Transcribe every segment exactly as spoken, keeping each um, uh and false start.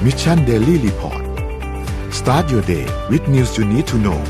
Mission Daily Report Start your day with news you need to know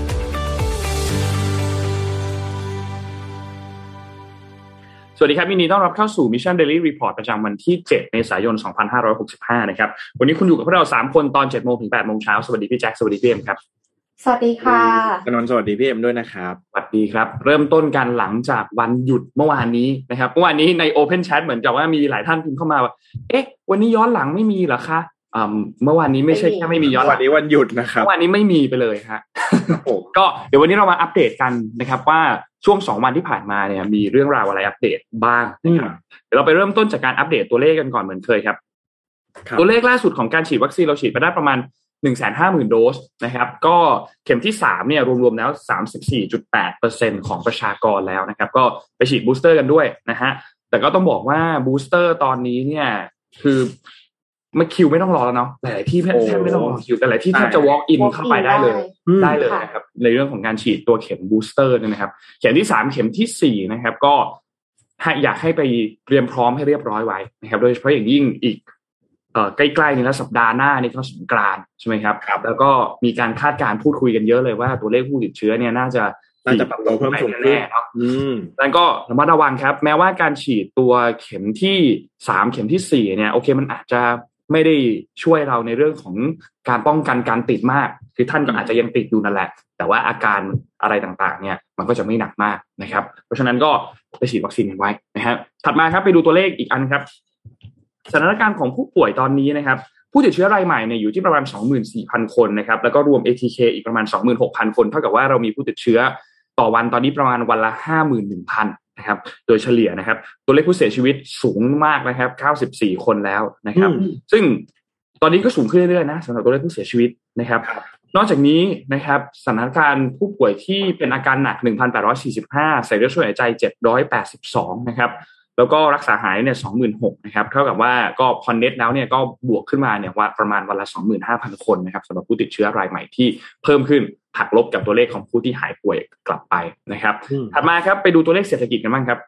สวัสดีครับยินดีต้อนรับเข้าสู่ Mission Daily Report ประจำวันที่เจ็ดเมษายนสองพันห้าร้อยหกสิบห้านะครับวันนี้คุณอยู่กับพวกเราสามคนตอน เจ็ดโมง ถึง แปดโมง เช้าสวัสดีพี่แจ็คสวัสดีพี่เอ็มครับสวัสดีค่ะกนนท์สวัสดีพี่เอ็มด้วยนะครับสวัสดีครับเริ่มต้นกันหลังจากวันหยุดเมื่อวานนี้นะครับเมื่อวานนี้ใน Open Chat เหมือนกับว่ามีหลายท่านพิมพ์เข้ามาว่าเอ๊ะวันนี้ย้อนหลังไม่มีเหรอคะอ่าเมื่อวานนี้ไม่ใช่แค่ไม่มีย้อนหลังวันนี้วันหยุดนะครับเมื่อวานนี้ไม่มีไปเลยฮะก็เดี๋ยววันนี้เรามาอัปเดตกันนะครับว่าช่วงสองวันที่ผ่านมาเนี่ยมีเรื่องราวอะไรอัปเดตบ้างนะครับเดี๋ยวเราไปเริ่มต้นจากการอัปเดตตัวเลขกันก่อนเหมือนเคยครับตัวเลขล่าสุดของการฉีดวัคซีนเราฉีดไปได้ประมาณ หนึ่งแสนห้าหมื่น โดสนะครับก็เข็มที่สามเนี่ยรวมๆแล้ว สามสิบสี่จุดแปดเปอร์เซ็นต์ ของประชากรแล้วนะครับก็ไปฉีดบูสเตอร์กันด้วยนะฮะแต่ก็ต้องบอกว่าบูสเตอร์ตอนนี้เนี่ยคือไม่คิวไม่ต้องรอแล้วเนาะหลายที่แทบไม่ต้องรอคิวแต่หลายที่แทบจะ walk in เข้าไปได้เลยได้เลยนะครับในเรื่องของการฉีดตัวเข็มบูสเตอร์เนี่ยนะครับเข็มที่สามเข็มที่สี่นะครับก็อยากให้ไปเตรียมพร้อมให้เรียบร้อยไว้นะครับโดยเฉพาะอย่างยิ่งอีกเอ่อใกล้ๆนี้แล้วสัปดาห์หน้านี่ก็สงกรานต์ใช่ไหมครับแล้วก็มีการคาดการณ์พูดคุยกันเยอะเลยว่าตัวเลขผู้ติดเชื้อเนี่ยน่าจะน่าจะปรับตัวเพิ่มสูงขึ้นเนาะอืมแล้วก็ระมัดระวังครับแม้ว่าการฉีดตัวเข็มที่สามเข็มที่สี่เนี่ยโอเคมันอาจจะไม่ได้ช่วยเราในเรื่องของการป้องกันการติดมากคือท่านก็อาจจะยังติดอยู่นั่นแหละแต่ว่าอาการอะไรต่างๆเนี่ยมันก็จะไม่หนักมากนะครับเพราะฉะนั้นก็ไปฉีดวัคซีนกันไว้นะครับถัดมาครับไปดูตัวเลขอีกอันครับสถานการณ์ของผู้ป่วยตอนนี้นะครับผู้ติดเชื้อรายใหม่เนี่ยอยู่ที่ประมาณ สองหมื่นสี่พัน คนนะครับแล้วก็รวม เอ ที เค อีกประมาณ สองหมื่นหกพัน คนเท่ากับว่าเรามีผู้ติดเชื้อต่อวันตอนนี้ประมาณวันละ ห้าหมื่นหนึ่งพัน นะครับโดยเฉลี่ยนะครับตัวเลขผู้เสียชีวิตสูงมากนะครับเก้าสิบสี่คนแล้วนะครับซึ่งตอนนี้ก็สูงขึ้นเรื่อยๆนะสำหรับตัวเลขผู้เสียชีวิตนะครับนอกจากนี้นะครับสถานการณ์ผู้ป่วยที่เป็นอาการหนัก หนึ่งพันแปดร้อยสี่สิบห้า ใส่เครื่องช่วยหายใจเจ็ดร้อยแปดสิบสองนะครับแล้วก็รักษาหายเนี่ย สองหมื่นหกพัน นะครับเท่ากับว่าก็พอเน็ตแล้วเนี่ยก็บวกขึ้นมาเนี่ยว่าประมาณวันละ สองหมื่นห้าพัน คนนะครับสำหรับผู้ติดเชื้อรายใหม่ที่เพิ่มขึ้นหักลบกับตัวเลขของผู้ที่หายป่วยกลับไปนะครับถัดมาครับไปดูตัวเลขเศรษฐกิจกันบ้างครับ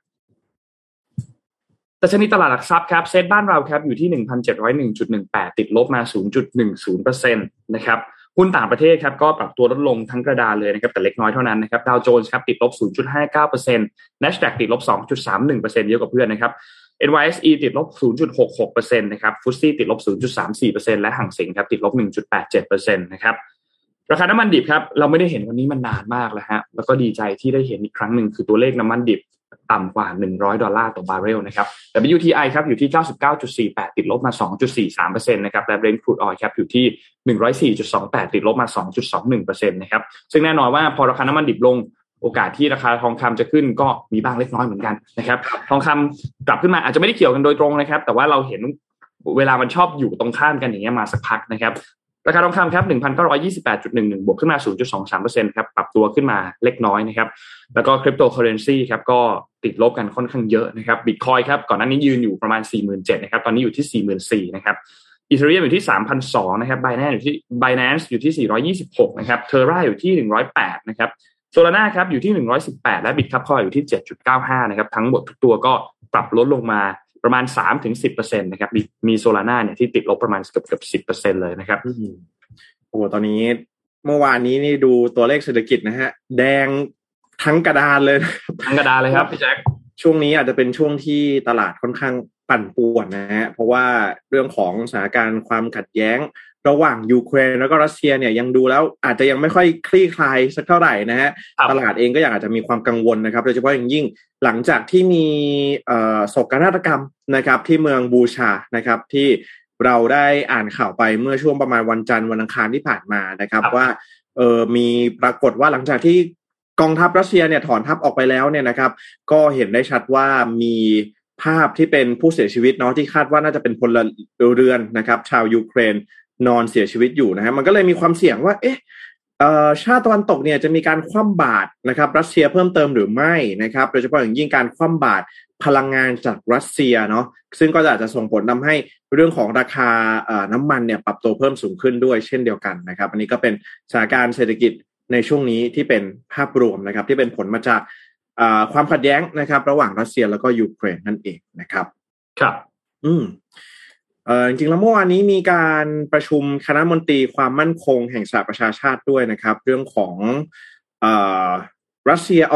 ดัชนีตลาดหลักทรัพย์ครับเซ็ตบ้านเราครับอยู่ที่ หนึ่งพันเจ็ดร้อยหนึ่งจุดหนึ่งแปด ติดลบมา ศูนย์จุดหนึ่งศูนย์เปอร์เซ็นต์ นะครับหุ้นต่างประเทศครับก็ปรับตัวลดลงทั้งกระดานเลยนะครับแต่เล็กน้อยเท่านั้นนะครับดาวโจนส์ครับติดลบ ศูนย์จุดห้าเก้าเปอร์เซ็นต์ NASDAQ ติดลบ สองจุดสามหนึ่งเปอร์เซ็นต์ เยอะกว่าเพื่อนนะครับ เอ็น วาย เอส อี ติดลบ ศูนย์จุดหกหกเปอร์เซ็นต์ นะครับ เอฟ ที เอส อี ติดลบ ศูนย์จุดสามสี่เปอร์เซ็นต์ และหังเส็งครับติดลบ หนึ่งจุดแปดเจ็ดเปอร์เซ็นต์ นะครับราคาน้ำมันดิบครับเราไม่ได้เห็นวันนี้มันนานมากแล้วฮะแล้วก็ดีใจที่ได้เห็นอีกครั้งหนึ่งคือตัวเลขน้ำมันดิบต่ำกว่าหนึ่งร้อยดอลลาร์ต่อบาร์เรลนะครับแต่ ดับเบิลยู ที ไอ ครับอยู่ที่ เก้าสิบเก้าจุดสี่แปด ติดลบมา สองจุดสี่สามเปอร์เซ็นต์ นะครับและ Brent Crude Oil ครับอยู่ที่ หนึ่งร้อยสี่จุดสองแปด ติดลบมา สองจุดสองหนึ่งเปอร์เซ็นต์ นะครับซึ่งแน่นอนว่าพอราคาน้ำมันดิบลงโอกาสที่ราคาทองคำจะขึ้นก็มีบ้างเล็กน้อยเหมือนกันนะครับทองคำกลับขึ้นมาอาจจะไม่ได้เกี่ยวกันโดยตรงนะครับแต่ว่าเราเห็นเวลามันชอบอยู่ตรงข้ามกันอย่างเงี้ยมาสักพักนะครับราคาทองคำครับ หนึ่งพันเก้าร้อยยี่สิบแปดจุดหนึ่งหนึ่ง บวกขึ้นมา ศูนย์จุดสองสามเปอร์เซ็นต์ ครับปรับตัวขึ้นมาเล็กน้อยนะครับแล้วก็คริปโตเคอเรนซีครับก็ติดลบกันค่อนข้างเยอะนะครับ Bitcoin ครับก่อนหน้านี้ยืนอยู่ประมาณ สี่หมื่นเจ็ดพัน นะครับตอนนี้อยู่ที่ สี่หมื่นสี่พัน นะครับ Ethereum อยู่ที่ สามพันสองร้อย นะครับ Binance อยู่ที่ Binance อยู่ที่ สี่ร้อยยี่สิบหก นะครับ Terra อยู่ที่ หนึ่งร้อยแปด นะครับ Solana ครับอยู่ที่ หนึ่งร้อยสิบแปด และ Bitcoin อยู่ที่ เจ็ดจุดเก้าห้า นะครับทั้งหมดทุกตัวก็ปรับลดลงมาประมาณ สามถึงสิบเปอร์เซ็นต์ นะครับมีมี Solana เนี่ยที่ติดลบประมาณเกือบๆ สิบเปอร์เซ็นต์ เลยนะครับโอ้ตอนนี้เมื่อวานนี้นี่ดูตัวเลขเศรษฐกิจนะฮะแดงทั้งกระดานเลยทั้งกระดานเลยครับพี่แจ็คช่วงนี้อาจจะเป็นช่วงที่ตลาดค่อนข้างปั่นป่วนนะฮะเพราะว่าเรื่องของสถานการณ์ความขัดแย้งระหว่างยูเครนแล้วก็รัสเซียเนี่ยยังดูแล้วอาจจะยังไม่ค่อยคลี่คลายสักเท่าไหร่นะฮะตลาดเองก็ยังอาจจะมีความกังวลนะครับโดยเฉพาะอย่างยิ่งหลังจากที่มีเอ่อโศกนาฏกรรมนะครับที่เมืองบูชานะครับที่เราได้อ่านข่าวไปเมื่อช่วงประมาณวันจันทร์วันอังคารที่ผ่านมานะครับว่าเออมีปรากฏว่าหลังจากที่กองทัพรัสเซียเนี่ยถอนทัพออกไปแล้วเนี่ยนะครับก็เห็นได้ชัดว่ามีภาพที่เป็นผู้เสียชีวิตเนาะที่คาดว่าน่าจะเป็นพลเรือนนะครับชาวยูเครนนอนเสียชีวิตอยู่นะฮะมันก็เลยมีความเสี่ยงว่าเอ๊ะเอ่อชาติตะวันตกเนี่ยจะมีการคว่ำบาตรนะครับรัสเซียเพิ่มเติมหรือไม่นะครับโดยเฉพาะอย่างยิ่งการคว่ำบาตรพลังงานจากรัสเซียเนาะซึ่งก็อาจจะส่งผลทำให้เรื่องของราคาเอ่อน้ำมันเนี่ยปรับตัวเพิ่มสูงขึ้นด้วยเช่นเดียวกันนะครับอันนี้ก็เป็นสถานการณ์เศรษฐกิจในช่วงนี้ที่เป็นภาพรวมนะครับที่เป็นผลมาจากเอ่อความขัดแย้งนะครับระหว่างรัสเซียแล้วก็ยูเครนนั่นเองนะครับครับอืมเอ่อจริงๆแล้วเมื่อวานนี้มีการประชุมคณะมนตรีความมั่นคงแห่งสหประชาชาติด้วยนะครับเรื่องของเอ่อรัสเซีย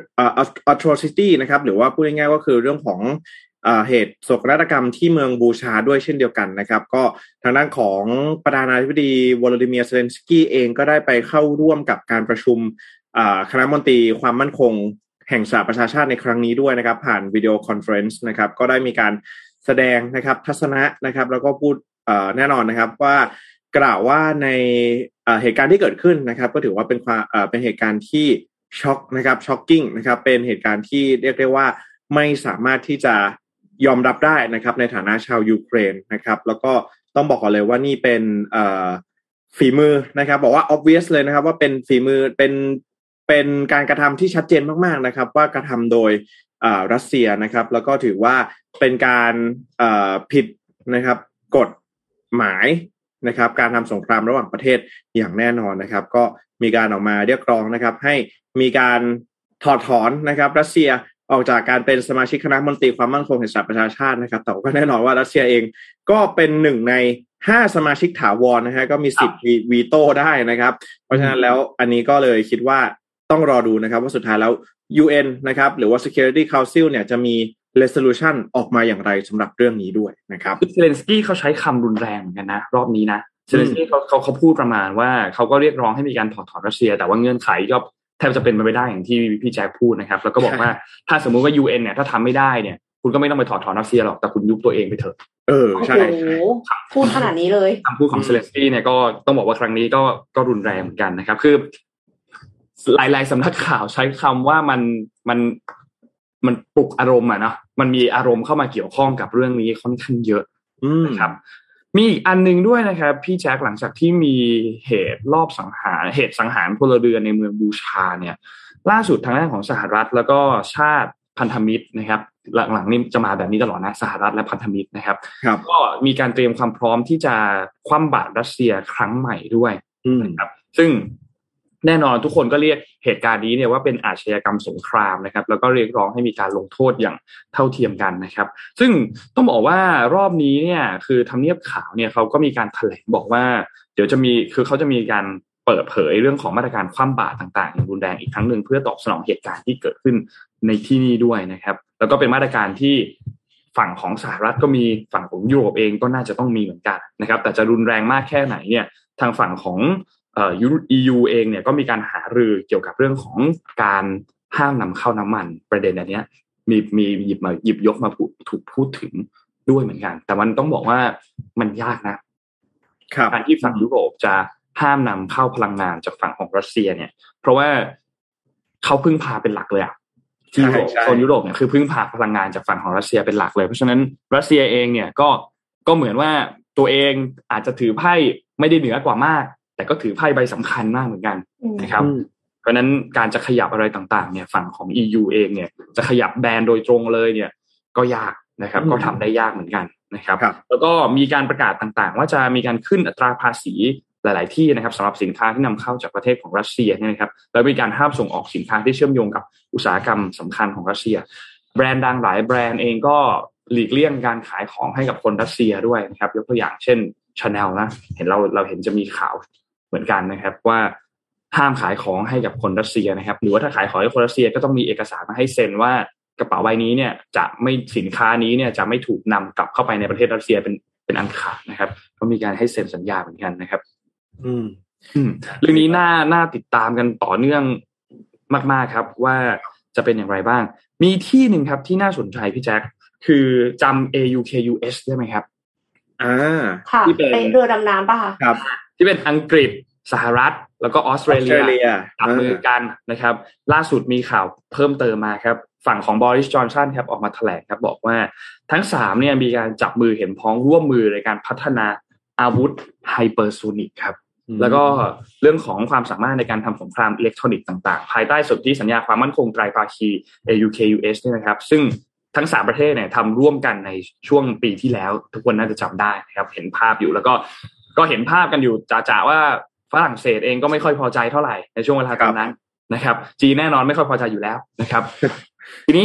atrocity นะครับหรือว่าพูดง่ายๆก็คือเรื่องของเอ่อเหตุโศกนาฏกรรมที่เมืองบูชาด้วยเช่นเดียวกันนะครับก็ทางด้านของประธานาธิบดีวโลดิเมียร์เซเลนสกี้เองก็ได้ไปเข้าร่วมกับการประชุมคณะมนตรีความมั่นคงแห่งสหประชาชาติในครั้งนี้ด้วยนะครับผ่านวิดีโอคอนเฟอเรนซ์นะครับก็ได้มีการแสดงนะครับทัศนะนะครับแล้วก็พูดแน่นอนนะครับว่ากล่าวว่าในเหตุการณ์ที่เกิดขึ้นนะครับก็ถือว่าเป็นความเป็นเหตุการณ์ที่ช็อกนะครับช็อกกิ้งนะครับเป็นเหตุการณ์ที่เรียกได้ว่าไม่สามารถที่จะยอมรับได้นะครับในฐานะชาวยูเครนนะครับแล้วก็ต้องบอกก่อนเลยว่านี่เป็นฝีมือนะครับบอกว่า obvious เลยนะครับว่าเป็นฝีมือเป็นเป็นการกระทำที่ชัดเจนมากๆนะครับว่ากระทำโดยรัสเซียนะครับแล้วก็ถือว่าเป็นการผิดนะครับกฎหมายนะครับการทำสงครามระหว่างประเทศอย่างแน่นอนนะครับก็มีการออกมาเรียกร้องนะครับให้มีการถอดถอนนะครับรัสเซียออกจากการเป็นสมาชิกคณะมนตรีความมั่นคงแห่งสหประชาชาตินะครับแต่ก็แน่นอนว่ารัสเซียเองก็เป็นหนึ่งในห้าสมาชิกถาวรนะฮะก็มีสิทธิ์วีโต้ได้นะครับเพราะฉะนั้นแล้วอันนี้ก็เลยคิดว่าต้องรอดูนะครับว่าสุดท้ายแล้ว ยู เอ็น นะครับหรือว่า Security Council เนี่ยจะมี resolution ออกมาอย่างไรสำหรับเรื่องนี้ด้วยนะครับเซเลนสกี้เขาใช้คำรุนแรงเหมือนกันนะรอบนี้นะเซเลนสกี้เขาเขาเขาพูดประมาณว่าเขาก็เรียกร้องให้มีการถอดถอนรัสเซียแต่ว่าเงื่อนไขก็แทบจะเป็นไปไม่ได้อย่างที่พี่แจ็คพูดนะครับแล้วก็บอกว่าถ้าสมมุติว่า ยู เอ็น เนี่ยถ้าทำไม่ได้เนี่ยคุณก็ไม่ต้องไปถอดถอนรัสเซียหรอกแต่คุณยุบตัวเองไปเถอะเออใช่พูดขนาดนี้เลยคำพูดของเซเลนสกี้เนี่ยก็ต้องบอกว่าครั้งนี้ก็ก็รุนแรงเหมือนกันนะครับคือหลายๆสำนักข่าวใช้คำว่ามันมันมันปลุกอารมณ์อ่ะเนาะมันมีอารมณ์เข้ามาเกี่ยวข้องกับเรื่องนี้ค่อนข้างเยอะนะครับมีอีกอันนึงด้วยนะครับพี่แจ็คหลังจากที่มีเหตุรอบสังหารเหตุสังหารพลเรือนในเมืองบูชาเนี่ยล่าสุดทางด้านของสหรัฐแล้วก็ชาติพันธมิตรนะครับหลังๆนี่จะมาแบบนี้ตลอดนะสหรัฐและพันธมิตรนะครับก็มีการเตรียมความพร้อมที่จะคว่ำบาตรรัสเซียครั้งใหม่ด้วยนะครับซึ่งแน่นอนทุกคนก็เรียกเหตุการณ์นี้เนี่ยว่าเป็นอาชญากรรมสงครามนะครับแล้วก็เรียกร้องให้มีการลงโทษอย่างเท่าเทียมกันนะครับซึ่งต้องบอกว่ารอบนี้เนี่ยคือทำเนียบขาวเนี่ยเขาก็มีการแถลงบอกว่าเดี๋ยวจะมีคือเขาจะมีการเปิดเผยเรื่องของมาตรการคว่ำบาตรต่างๆอย่างรุนแรงอีกครั้งหนึ่งเพื่อตอบสนองเหตุการณ์ที่เกิดขึ้นในที่นี้ด้วยนะครับแล้วก็เป็นมาตรการที่ฝั่งของสหรัฐก็มีฝั่งของยุโรปเองก็น่าจะต้องมีเหมือนกันนะครับแต่จะรุนแรงมากแค่ไหนเนี่ยทางฝั่งของเอ่อ อี ยู เองเนี่ยก็มีการหารือเกี่ยวกับเรื่องของการห้ามนำเข้าน้ำมันประเด็นอันนี้มีมีหยิบมาหยิบยกมาพูดถูกพูดถึงด้วยเหมือนกันแต่มันต้องบอกว่ามันยากนะการที่ฝั่งยุโรปจะห้ามนำเข้าพลังงานจากฝั่งของรัสเซียเนี่ยเพราะว่าเขาพึ่งพาเป็นหลักเลยอะที่โซนยุโรปเนี่ยคือพึ่งพาพลังงานจากฝั่งของรัสเซียเป็นหลักเลยเพราะฉะนั้นรัสเซียเองเนี่ยก็ก็เหมือนว่าตัวเองอาจจะถือไพ่ไม่ได้เหนือกว่ามากแต่ก็ถือไพ่ใบสำคัญมากเหมือนกันนะครับเพราะฉะนั้นการจะขยับอะไรต่างๆเนี่ยฝั่งของ อี ยู เองเนี่ยจะขยับแบนโดยตรงเลยเนี่ยก็ยากนะครับก็ทำได้ยากเหมือนกันนะครับแล้วก็มีการประกาศต่างๆว่าจะมีการขึ้นอัตราภาษีหลายๆที่นะครับสำหรับสินค้าที่นำเข้าจากประเทศของรัสเซียเนี่ยนะครับแล้วมีการห้ามส่งออกสินค้าที่เชื่อมโยงกับอุตสาหกรรมสำคัญของรัสเซียแบรนด์ดังหลายแบรนด์เองก็หลีกเลี่ยงการขายของให้กับคนรัสเซียด้วยนะครับยกตัวอย่างเช่น Chanel นะเห็นเราเราเห็นจะมีข่าวเหมือนกันนะครับว่าห้ามขายของให้กับคนรัสเซียนะครับหรือว่าถ้าขายของให้คนรัสเซียก็ต้องมีเอกสารมาให้เซ็นว่ากระเป๋าใบนี้เนี่ยจะไม่สินค้านี้เนี่ยจะไม่ถูกนำกลับเข้าไปในประเทศรัสเซียเป็นเป็นอันขาดนะครับก็มีการให้เซ็นสัญญาเหมือนกันนะครับอืมอืมเรื่องนี้น่าน่าติดตามกันต่อเนื่องมากๆครับว่าจะเป็นอย่างไรบ้างมีที่หนึ่งครับที่น่าสนใจพี่แจ็คคือจำ เอ ยู เค ยู เอส ได้ไหมครับอ่าที่เป็นเรือดำน้ำป่ะคะครับที่เป็นอังกฤษสหรัฐแล้วก็ออสเตรเลียจับมือกันนะครับล่าสุดมีข่าวเพิ่มเติมมาครับฝั่งของบอริส จอนสันครับออกมาแถลงครับบอกว่าทั้งสามเนี่ยมีการจับมือเห็นพ้องร่วมมือในการพัฒนาอาวุธไฮเปอร์โซนิกครับแล้วก็เรื่องของความสามารถในการทำสงครามอิเล็กทรอนิกส์ต่างๆภายใต้สนธิสัญญาความมั่นคงไตรภาคี เอ ยู เค ยู เอส เนี่ยนะครับซึ่งทั้งสามประเทศเนี่ยทำร่วมกันในช่วงปีที่แล้วทุกคนน่าจะจำได้นะครับเห็นภาพอยู่แล้วก็ก็เห็นภาพกันอยู่จ๋าๆว่าฝรั่งเศสเองก็ไม่ค่อยพอใจเท่าไหร่ในช่วงเวลาตอนนั้นนะครับจีนแน่นอนไม่ค่อยพอใจอยู่แล้วนะครับทีนี้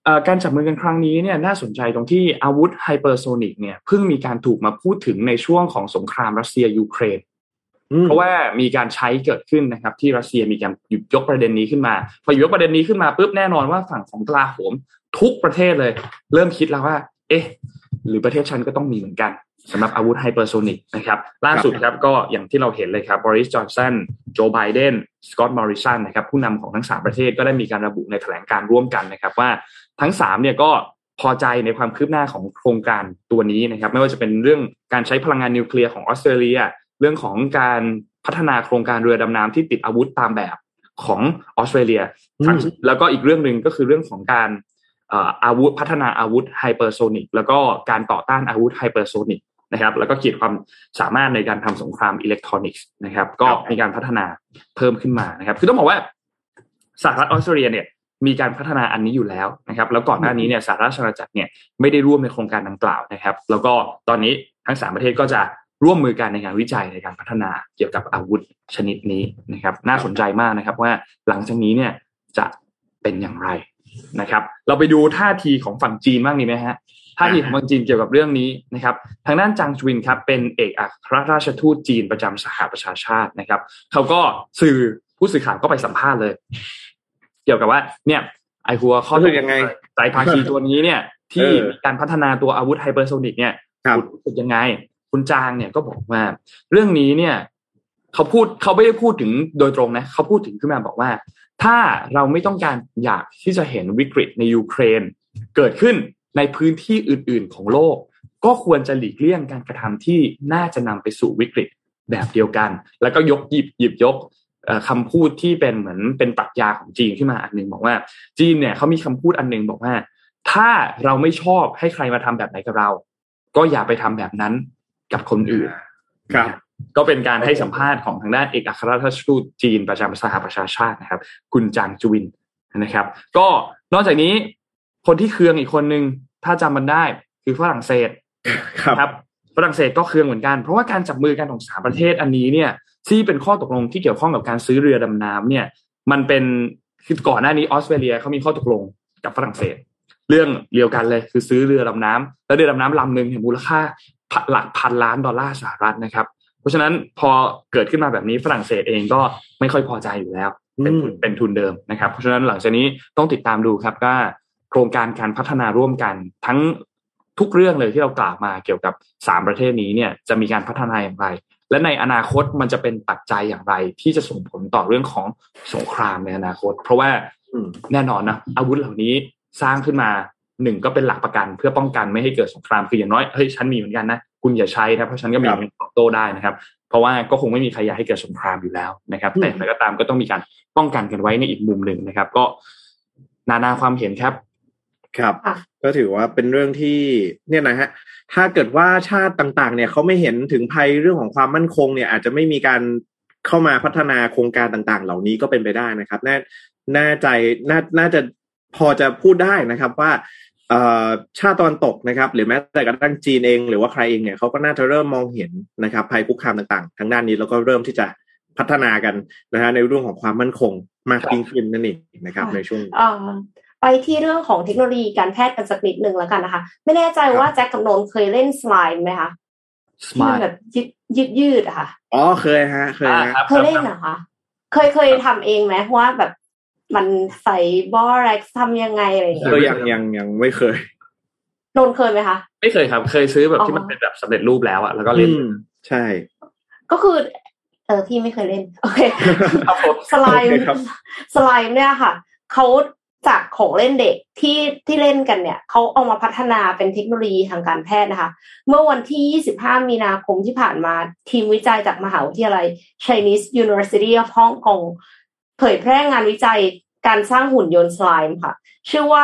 การจับมือกันครั้งนี้เนี่ยน่าสนใจตรงที่อาวุธไฮเปอร์โซนิกเนี่ยเพิ่งมีการถูกมาพูดถึงในช่วงของสงครามรัสเซียยูเครนเพราะว่ามีการใช้เกิดขึ้นนะครับที่รัสเซียมีการหยิบยกประเด็นนี้ขึ้นมาพอหยิบยกประเด็นนี้ขึ้นมาปุ๊บแน่นอนว่าฝั่งของกลาโหมทุกประเทศเลยเริ่มคิดแล้วว่าเอ๊ะหรือประเทศฉันก็ต้องมีเหมือนกันสำหรับอาวุธไฮเปอร์โซนิกนะครับล่าสุดครับก็อย่างที่เราเห็นเลยครับบริสจอนสันโจไบเดนสกอตต์มอริสันนะครับผู้นำของทั้งสามประเทศก็ได้มีการระบุในแถลงการร่วมกันนะครับว่าทั้งสามเนี่ยก็พอใจในความคืบหน้าของโครงการตัวนี้นะครับไม่ว่าจะเป็นเรื่องการใช้พลังงานนิวเคลียร์ของออสเตรเลียเรื่องของการพัฒนาโครงการเรือดำน้ำที่ติดอาวุธตามแบบของออสเตรเลียแล้วก็อีกเรื่องนึงก็คือเรื่องของการอาวุธพัฒนาอาวุธไฮเปอร์โซนิกแล้วก็การต่อต้านอาวุธไฮเปอร์โซนิกนะครับแล้วก็ขีดความสามารถในการทำสงครามอิเล็กทรอนิกส์นะครับก็มีการพัฒนาเพิ่มขึ้นมานะครับคือต้องบอกว่าสหรัฐออสเตรเลียเนี่ยมีการพัฒนาอันนี้อยู่แล้วนะครับแล้วก่อนหน้านี้เนี่ยสหราชอาณาจักรเนี่ยไม่ได้ร่วมในโครงการดังกล่าวนะครับแล้วก็ตอนนี้ทั้งสามประเทศก็จะร่วมมือกันในการวิจัยในการพัฒนาเกี่ยวกับอาวุธชนิดนี้นะครับน่าสนใจมากนะครับว่าหลังจากนี้เนี่ยจะเป็นอย่างไรนะครับเราไปดูท่าทีของฝั่งจีนบ้างดีไหมฮะท่าทีของฝั่งจีนเกี่ยวกับเรื่องนี้นะครับทางด้านจางจวินครับเป็นเอกอัครราชทูตจีนประจำสหประชาชาตินะครับเขาก็สื่อผู้สื่อข่าวก็ไปสัมภาษณ์เลยเกี่ยวกับว่าเนี่ยไอหัวข้อตกลงไตรภาคีตัวนี้เนี่ยที่มีการพัฒนาตัวอาวุธไฮเปอร์โซนิกเนี่ยรู้สึกยังไงคุณจางเนี่ยก็บอกว่าเรื่องนี้เนี่ยเขาพูดเขาไม่ได้พูดถึงโดยตรงนะเขาพูดถึงขึ้นมาบอกว่าถ้าเราไม่ต้องการอยากที่จะเห็นวิกฤตในยูเครนเกิดขึ้นในพื้นที่อื่นๆของโลกก็ควรจะหลีกเลี่ยงการกระทำที่น่าจะนำไปสู่วิกฤตแบบเดียวกันแล้วก็ยกหยิบหยิบยกคำพูดที่เป็นเหมือนเป็นปรัชญาของจีนขึ้นมาอันนึงบอกว่าจีนเนี่ยเขามีคำพูดอันนึงบอกว่าถ้าเราไม่ชอบให้ใครมาทำแบบไหนกับเราก็อย่าไปทำแบบนั้นกับคนอื่นครับก็เป็นการให้สัมภาษณ์ของทางด้านเอกอัครราชทูตจีนประจำสหประชาชาตินะครับคุณจางจวินนะครับก็นอกจากนี้คนที่เคืองอีกคนนึงถ้าจำมันได้คือฝรั่งเศสครับฝรั่งเศสก็เคืองเหมือนกันเพราะว่าการจับมือกันของสามประเทศอันนี้เนี่ยที่เป็นข้อตกลงที่เกี่ยวข้องกับการซื้อเรือดำน้ำเนี่ยมันเป็นคือก่อนหน้านี้ออสเตรเลียเขามีข้อตกลงกับฝรั่งเศสเรื่องเดียวกันเลยคือซื้อเรือดำน้ำแล้วเรือดำน้ำลำนึงเนี่ยมูลค่าหลักพันล้านดอลลาร์สหรัฐนะครับเพราะฉะนั้นพอเกิดขึ้นมาแบบนี้ฝรั่งเศสเองก็ไม่ค่อยพอใจอยู่แล้วเป็นเป็นทุนเดิมนะครับเพราะฉะนั้นหลังจากนี้ต้องติดตามดูครับว่าโครงการการพัฒนาร่วมกันทั้งทุกเรื่องเลยที่เรากล่าวมาเกี่ยวกับสามประเทศนี้เนี่ยจะมีการพัฒนาอย่างไรและในอนาคตมันจะเป็นปัจจัยอย่างไรที่จะส่งผลต่อเรื่องของสงครามในอนาคตเพราะว่าแน่นอนนะอาวุธเหล่านี้สร้างขึ้นมาหนึ่งก็เป็นหลักประกันเพื่อป้องกันไม่ให้เกิดสงครามคืออย่างน้อยเฮ้ยฉันมีเหมือนกันนะคุณอย่าใช้นะเพราะฉันก็มีเงินตอบโต้ได้นะครับเพราะว่าก็คงไม่มีใครอยากให้เกิดสงครามอยู่แล้วนะครับแต่อย่างไรก็ตามก็ต้องมีการป้องกันกันไว้ในอีกมุมหนึ่งนะครับก็นานาความเห็นครับครับก็ถือว่าเป็นเรื่องที่เนี่ยนะฮะถ้าเกิดว่าชาติต่างๆเนี่ยเขาไม่เห็นถึงภัยเรื่องของความมั่นคงเนี่ยอาจจะไม่มีการเข้ามาพัฒนาโครงการต่างๆเหล่านี้ก็เป็นไปได้นะครับน่าน่าใจน่าน่าจะพอจะพูดได้นะครับว่าชาติตะวันตกนะครับหรือแม้แต่กระทั่งจีนเองหรือว่าใครเองเนี่ยเขาก็น่าจะเริ่มมองเห็นนะครับภัยคุกคามต่างๆทางด้านนี้แล้วก็เริ่มที่จะพัฒนากันนะฮะในเรื่องของความมั่นคงมากยิ่งขึ้นนั่นเองนะครับในช่วงไปที่เรื่องของเทคโนโลยีการแพทย์กันสักนิดนึงแล้วกันนะคะไม่แน่ใจว่าแจ็คกับโนนเคยเล่นสไลม์ไหมคะที่มันแบบยืดยืดยืดอะค่ะอ๋อเคยฮะเคยฮะเคยเล่นเหรอคะเคยเคยทำเองไหมว่าแบบมันใส่บอแร็กซ์ทำยังไงอะไรอย่างเงี้ยก็ยังยังยังไม่เคยโนนเคยไหมคะไม่เคยครับเคยซื้อแบบที่มันเป็นแบบสำเร็จรูปแล้วอะแล้วก็เล่นใช่ก็คือเออพี่ไม่เคยเล่นโอเคสไลม์สไลม์เนี่ยค่ะเขาจากของเล่นเด็กที่ที่เล่นกันเนี่ยเขาเอามาพัฒนาเป็นเทคโนโลยีทางการแพทย์นะคะเมื่อวันที่ยี่สิบห้ามีนาคมที่ผ่านมาทีมวิจัยจากมหาวิทยาลัย Chinese University of Hong Kong เผยแพร่งานวิจัยการสร้างหุ่นยนต์สไลม์ค่ะชื่อว่า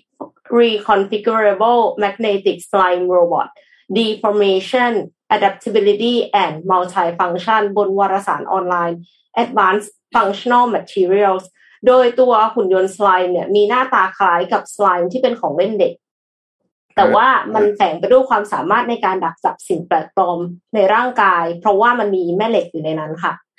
Reconfigurable Magnetic Slime Robot Deformation Adaptability and Multifunction บนวารสารออนไลน์ Advanced Functional Materials โดยตัวหุ่นยนต์สไลม์เนี่ยมีหน้าตาคล้ายกับสไลม์ที่เป็นของเล่นเด็กแต่ว่ามันแฝงไปด้วยความสามารถในการดักจับสิ่งแปลกปลอมในร่างกายเพราะว่ามันมีแม่เหล็กอยู่ในนั้นค่ะครับ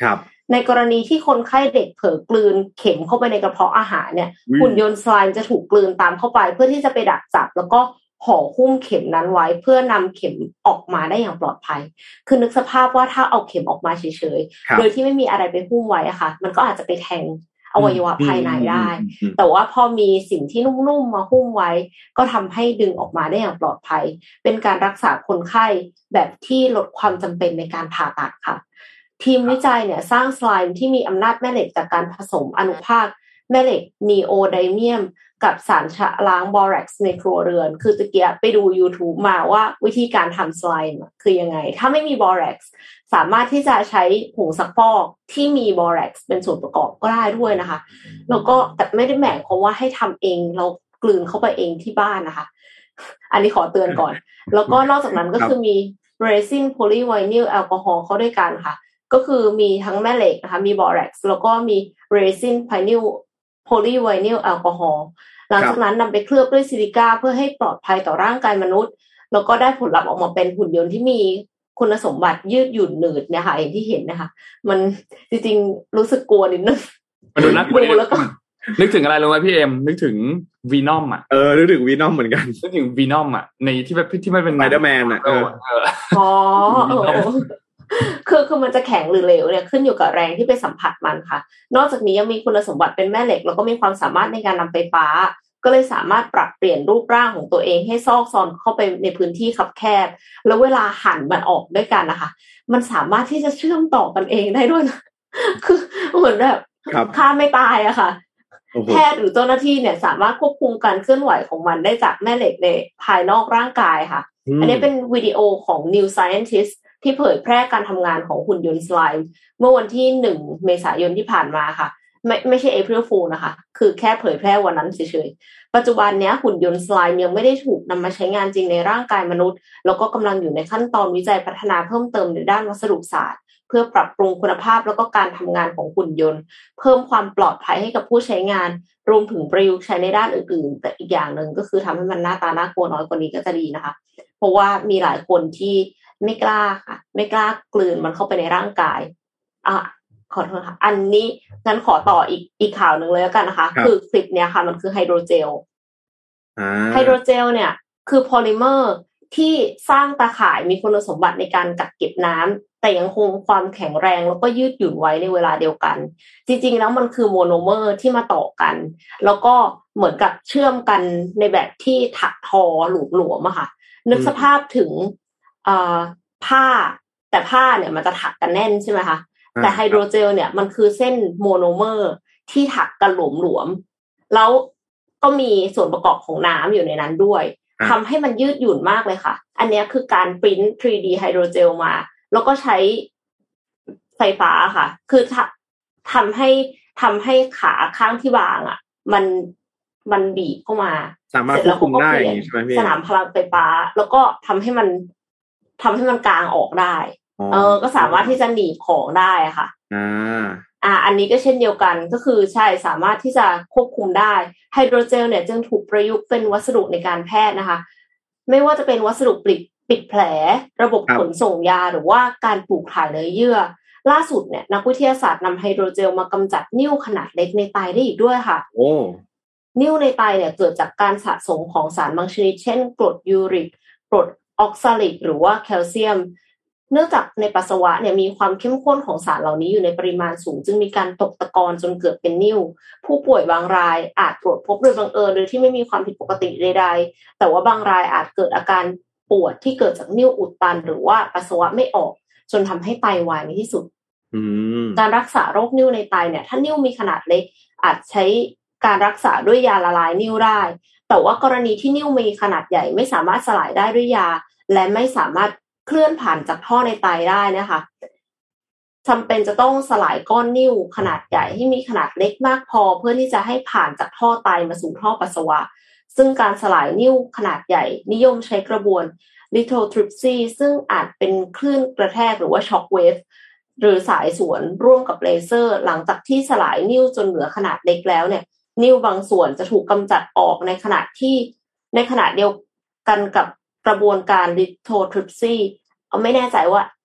ในกรณีที่คนไข้เด็กเผลอกลืนเข็มเข้าไปในกระเพาะอาหารเนี่ยหุ่นยนต์สไลม์จะถูกกลืนตามเข้าไปเพื่อที่จะไปดักจับแล้วก็ห่อหุ้มเข็มนั้นไว้เพื่อนำเข็มออกมาได้อย่างปลอดภัยคือนึกสภาพว่าถ้าเอาเข็มออกมาเฉยๆโดยที่ไม่มีอะไรไปหุ้มไว้อะค่ะมันก็อาจจะไปแทงอวัยวะภายในได้แต่ว่าพอมีสิ่งที่นุ่มๆมาหุ้มไว้ก็ทำให้ดึงออกมาได้อย่างปลอดภัยเป็นการรักษาคนไข้แบบที่ลดความจำเป็นในการผ่าตัดค่ะทีมวิจัยเนี่ยสร้างสไลม์ที่มีอำนาจแม่เหล็กจากการผสมอนุภาคแม่เหล็กนีโอไดเมียมกับสารชะล้างบอแร็กซ์ในครัวเรือนคือตะเกียบไปดู YouTube มาว่าวิธีการทำสไลม์คือยังไงถ้าไม่มีบอแร็กซ์สามารถที่จะใช้ผงซักฟอกที่มีบอแร็กซ์เป็นส่วนประกอบก็ได้ด้วยนะคะแล้วก็แต่ไม่ได้หมายความว่าให้ทำเองเรากลืนเข้าไปเองที่บ้านนะคะอันนี้ขอเตือนก่อนแล้วก็นอกจากนั้นก็คือมีเรซินโพลีไวนิลแอลกอฮอล์เข้าด้วยกันค่ะก็คือมีทั้งแม่เหล็กนะคะมีบอแร็กซ์แล้วก็มีเรซินไพนิลโพลีไวนิลแอลกอฮอล์หลังจากนั้นนำไปเคลือบด้วยซิลิก้าเพื่อให้ปลอดภัยต่อร่างกายมนุษย์แล้วก็ได้ผลลัพธ์ออกมาเป็นหุ่นยนต์ที่มีคุณสมบัติยืดหยุ่นหนืดเนี่ยค่ะอย่างที่เห็นนะคะมันจริงๆรู้สึกกลัวนิดนึงมันดูน่ากลัวแล้วก็นึกถึงอะไรรู้ไหมพี่เอ็มนึกถึงวีนอมอ่ะเออนึกถึงวีนอมเหมือนกันนึกถึงวีนอมอ่ะในที่แบบที่มันเป็นสไปเดอร์แมนอ่ะเอออ๋อคือคือมันจะแข็งหรือเหลวเนี่ยขึ้นอยู่กับแรงที่ไปสัมผัสมันค่ะนอกจากนี้ยังมีคุณสมบัติเป็นแม่เหล็กแล้วก็มีความสามารถในการนำไฟฟ้าก็เลยสามารถปรับเปลี่ยนรูปร่างของตัวเองให้ซอกซอนเข้าไปในพื้นที่คับแคบแล้วเวลาหั่นมันออกด้วยกันนะคะมันสามารถที่จะเชื่อมต่อกันเองได้ด้วยนะคือเหมือนแบบฆ่าไม่ตายอะค่ะแพทย์หรือเจ้าหน้าที่เนี่ยสามารถควบคุมการเคลื่อนไหวของมันได้จากแม่เหล็กในภายนอกร่างกายค่ะอันนี้เป็นวิดีโอของ New Scientist ที่เผยแพร่การทำงานของหุ่นยนต์สไลม์เมื่อวันที่หนึ่งเมษายนที่ผ่านมาค่ะไม่ไม่ใช่ April Fool นะคะคือแค่เผยแพร่วันนั้นเฉยๆปัจจุบันนี้หุ่นยนต์สไลม์ยังไม่ได้ถูกนำมาใช้งานจริงในร่างกายมนุษย์แล้วก็กำลังอยู่ในขั้นตอนวิจัยพัฒนาเพิ่มเติมในด้านวัสดุศาสตร์เพื่อปรับปรุงคุณภาพแล้วก็การทำงานของหุ่นยนต์เพิ่มความปลอดภัยให้กับผู้ใช้งานรวมถึงประยุกต์ใช้ในด้านอื่นๆแต่อีกอย่างหนึ่งก็คือทำให้มันหน้าตาน่ากลัวน้อยกว่านี้ก็จะดีนะคะเพราะว่ามีหลายคนที่ไม่กล้าค่ะไม่กล้ากลืนมันเข้าไปในร่างกายอ่ะขอโทษค่ะอันนี้งั้นขอต่ออีกอีกข่าวหนึ่งเลยแล้วกันนะคะคือคลิปเนี้ยค่ะมันคือไฮโดรเจลไฮโดรเจลเนี่ยคือโพลิเมอร์ที่สร้างตาข่ายมีคุณสมบัติในการกักเก็บน้ำแต่ยังคงความแข็งแรงแล้วก็ยืดหยุ่นไว้ในเวลาเดียวกันจริงๆแล้วมันคือโมโนเมอร์ที่มาต่อกันแล้วก็เหมือนกับเชื่อมกันในแบบที่ถักทอหลวมๆอะค่ะนึกสภาพถึงผ้าแต่ผ้าเนี่ยมันจะถักกันแน่นใช่ไหมคะแต่ไฮโดรเจลเนี่ยมันคือเส้นโมโนเมอร์ที่ถักกันหลวมๆแล้วก็มีส่วนประกอบของน้ำอยู่ในนั้นด้วยทำให้มันยืดหยุ่นมากเลยค่ะอันนี้คือการปริ้น ทรี ดี ไฮโดรเจลมาแล้วก็ใช้ไฟฟ้าค่ะคือทำให้ทำให้ขาข้างที่บางอ่ะมันมันบีบเข้ามาสามารถควบคุมได้ใช่ไหมพี่สนามพลังไฟฟ้าแล้วก็ทำให้มันทำให้มันกางออกได้เออก็สามารถที่จะหนีบของได้ค่ะอ่าอ่าอันนี้ก็เช่นเดียวกันก็คือใช่สามารถที่จะควบคุมได้ไฮโดรเจลเนี่ยจึงถูกประยุกต์เป็นวัสดุในการแพทย์นะคะไม่ว่าจะเป็นวัสดุปิดปิดแผลระบบขนส่งยาหรือว่าการปลูกถ่ายเนื้อเยื่อล่าสุดเนี่ยนักวิทยาศาสตร์นำไฮโดรเจลมากำจัดนิ่วขนาดเล็กในไตได้อีกด้วยค่ะโอ้นิ่วในไตเนี่ยเกิดจากการสะสมของสารบางชนิดเช่นกรดยูริกกรดออกซาลิกหรือว่าแคลเซียมเนื่องจากในปัสสาวะเนี่ยมีความเข้มข้นของสารเหล่านี้อยู่ในปริมาณสูงจึงมีการตกตะกอนจนเกิดเป็นนิ่วผู้ป่วยบางรายอาจตรวจพบโดยบังเอิญโดยที่ไม่มีความผิดปกติใดๆแต่ว่าบางรายอาจเกิดอาการปวดที่เกิดจากนิ่วอุดตันหรือว่าปัสสาวะไม่ออกจนทำให้ไตวายในที่สุดการรักษาโรคนิ่วในไตเนี่ยถ้านิ่วมีขนาดเล็กอาจใช้การรักษาด้วยยาละลายนิ่วได้แต่ว่ากรณีที่นิ่วมีขนาดใหญ่ไม่สามารถสลายได้ด้วยยาและไม่สามารถเคลื่อนผ่านจากท่อในไตได้นะคะจำเป็นจะต้องสลายก้อนนิ่วขนาดใหญ่ให้มีขนาดเล็กมากพอเพื่อที่จะให้ผ่านจากท่อไตมาสู่ท่อปัสสาวะซึ่งการสลายนิ่วขนาดใหญ่นิยมใช้กระบวน lithotripsy ซึ่งอาจเป็นคลื่นกระแทกหรือว่าช็อคเวฟหรือสายสวนร่วมกับเลเซอร์หลังจากที่สลายนิ่วจนเหลือขนาดเล็กแล้วเนี่ยนิ่วบางส่วนจะถูกกำจัดออกในขณะที่ในขณะเดียวกันกับกระบวนการ lithotripsy เอาไม่แน่ใจว่า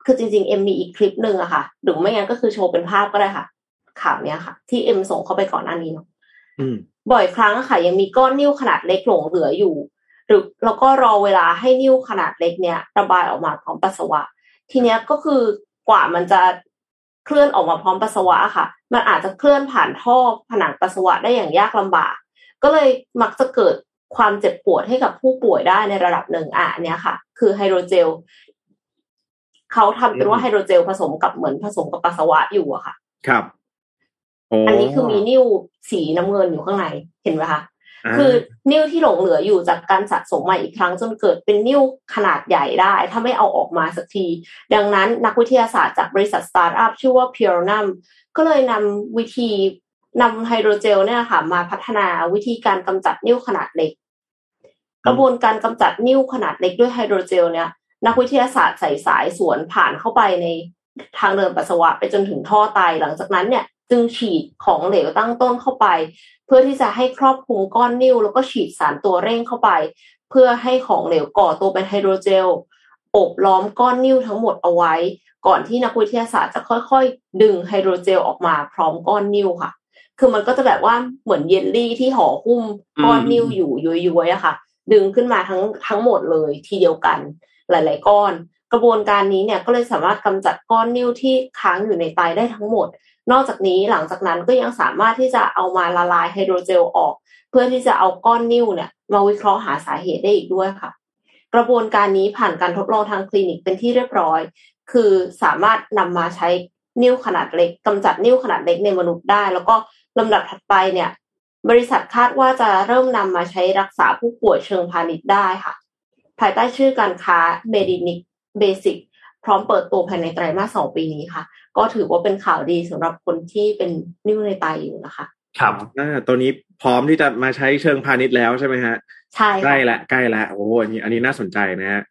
คือจริงๆเอ็มมีอีกคลิปนึงอะค่ะหรือไม่งั้นก็คือโชว์เป็นภาพก็ได้ค่ะข่าวเนี้ยค่ะที่เอ็มส่งเข้าไปก่อนหน้านี้เนาะบ่อยครั้งอะค่ะยังมีก้อนนิ่วขนาดเล็กหลงเหลืออยู่หรือแล้วก็รอเวลาให้นิ่วขนาดเล็กเนี้ยระบายออกมาพร้อมปัสสาวะทีเนี้ยก็คือกว่ามันจะเคลื่อนออกมาพร้อมปัสสาวะค่ะมันอาจจะเคลื่อนผ่านท่อผนังปัสสาวะได้อย่างยากลำบากก็เลยมักจะเกิดความเจ็บปวดให้กับผู้ป่วยได้ในระดับหนึ่งอ่ะเนี้ยค่ะคือไฮโดรเจลเขาทำเป็นว่าไฮโดรเจลผสมกับเหมือนผสมกับปัสสาวะอยู่อะค่ะครับอันนี้คือมีนิ่วสีน้ำเงินอยู่ข้างในเห็นไหมคะคือนิ่วที่หลงเหลืออยู่จากการสะสมมาอีกครั้งจนเกิดเป็นนิ่วขนาดใหญ่ได้ถ้าไม่เอาออกมาสักทีดังนั้นนักวิทยาศาสตร์จากบริษัทสตาร์ทอัพชื่อว่า Purunum ก็เลยนำวิธีนำไฮโดรเจลเนี่ยค่ะมาพัฒนาวิธีการกำจัดนิ่วขนาดเล็กกระบวนการกำจัดนิ่วขนาดเล็กด้วยไฮโดรเจลเนี่ยนักวิทยาศาสตร์ใส่สายสวนผ่านเข้าไปในทางเดินปัสสาวะไปจนถึงท่อไตหลังจากนั้นเนี่ยจึงฉีดของเหลวตั้งต้นเข้าไปเพื่อที่จะให้ครอบคลุมก้อนนิ่วแล้วก็ฉีดสารตัวเร่งเข้าไปเพื่อให้ของเหลวก่อตัวเป็นไฮโดรเจลโอบล้อมก้อนนิ่วทั้งหมดเอาไว้ก่อนที่นักวิทยาศาสตร์จะค่อยๆดึงไฮโดรเจลออกมาพร้อมก้อนนิ่วค่ะคือมันก็จะแบบว่าเหมือนเยลลี่ที่ห่อหุ้มก้อนนิ่วอยู่ย้อยๆอะค่ะดึงขึ้นมาทั้งทั้งหมดเลยทีเดียวกันหลายๆก้อนกระบวนการนี้เนี่ยก็เลยสามารถกำจัดก้อนนิ่วที่ค้างอยู่ในไตได้ทั้งหมดนอกจากนี้หลังจากนั้นก็ยังสามารถที่จะเอามาละลายไฮโดรเจลออกเพื่อที่จะเอาก้อนนิ่วเนี่ยมาวิเคราะห์หาสาเหตุได้อีกด้วยค่ะกระบวนการนี้ผ่านการทดลองทางคลินิกเป็นที่เรียบร้อยคือสามารถนำมาใช้นิ่วขนาดเล็กกำจัดนิ่วขนาดเล็กในมนุษย์ได้แล้วก็ลำดับถัดไปเนี่ยบริษัทคาดว่าจะเริ่มนำมาใช้รักษาผู้ป่วยเชิงพาณิชย์ได้ค่ะภายใต้ชื่อการค้าเมดินิกเบสิกพร้อมเปิดตัวภายในไตรมาสสองปีนี้ค่ะก็ถือว่าเป็นข่าวดีสำหรับคนที่เป็นนิ่วในไตอยู่นะคะครับอ่าตัวนี้พร้อมที่จะมาใช้เชิงพาณิชย์แล้วใช่ไหมฮะใช่ใกล้ละใกล้ละโอ้อันนี้อันนี้น่าสนใจนะฮะ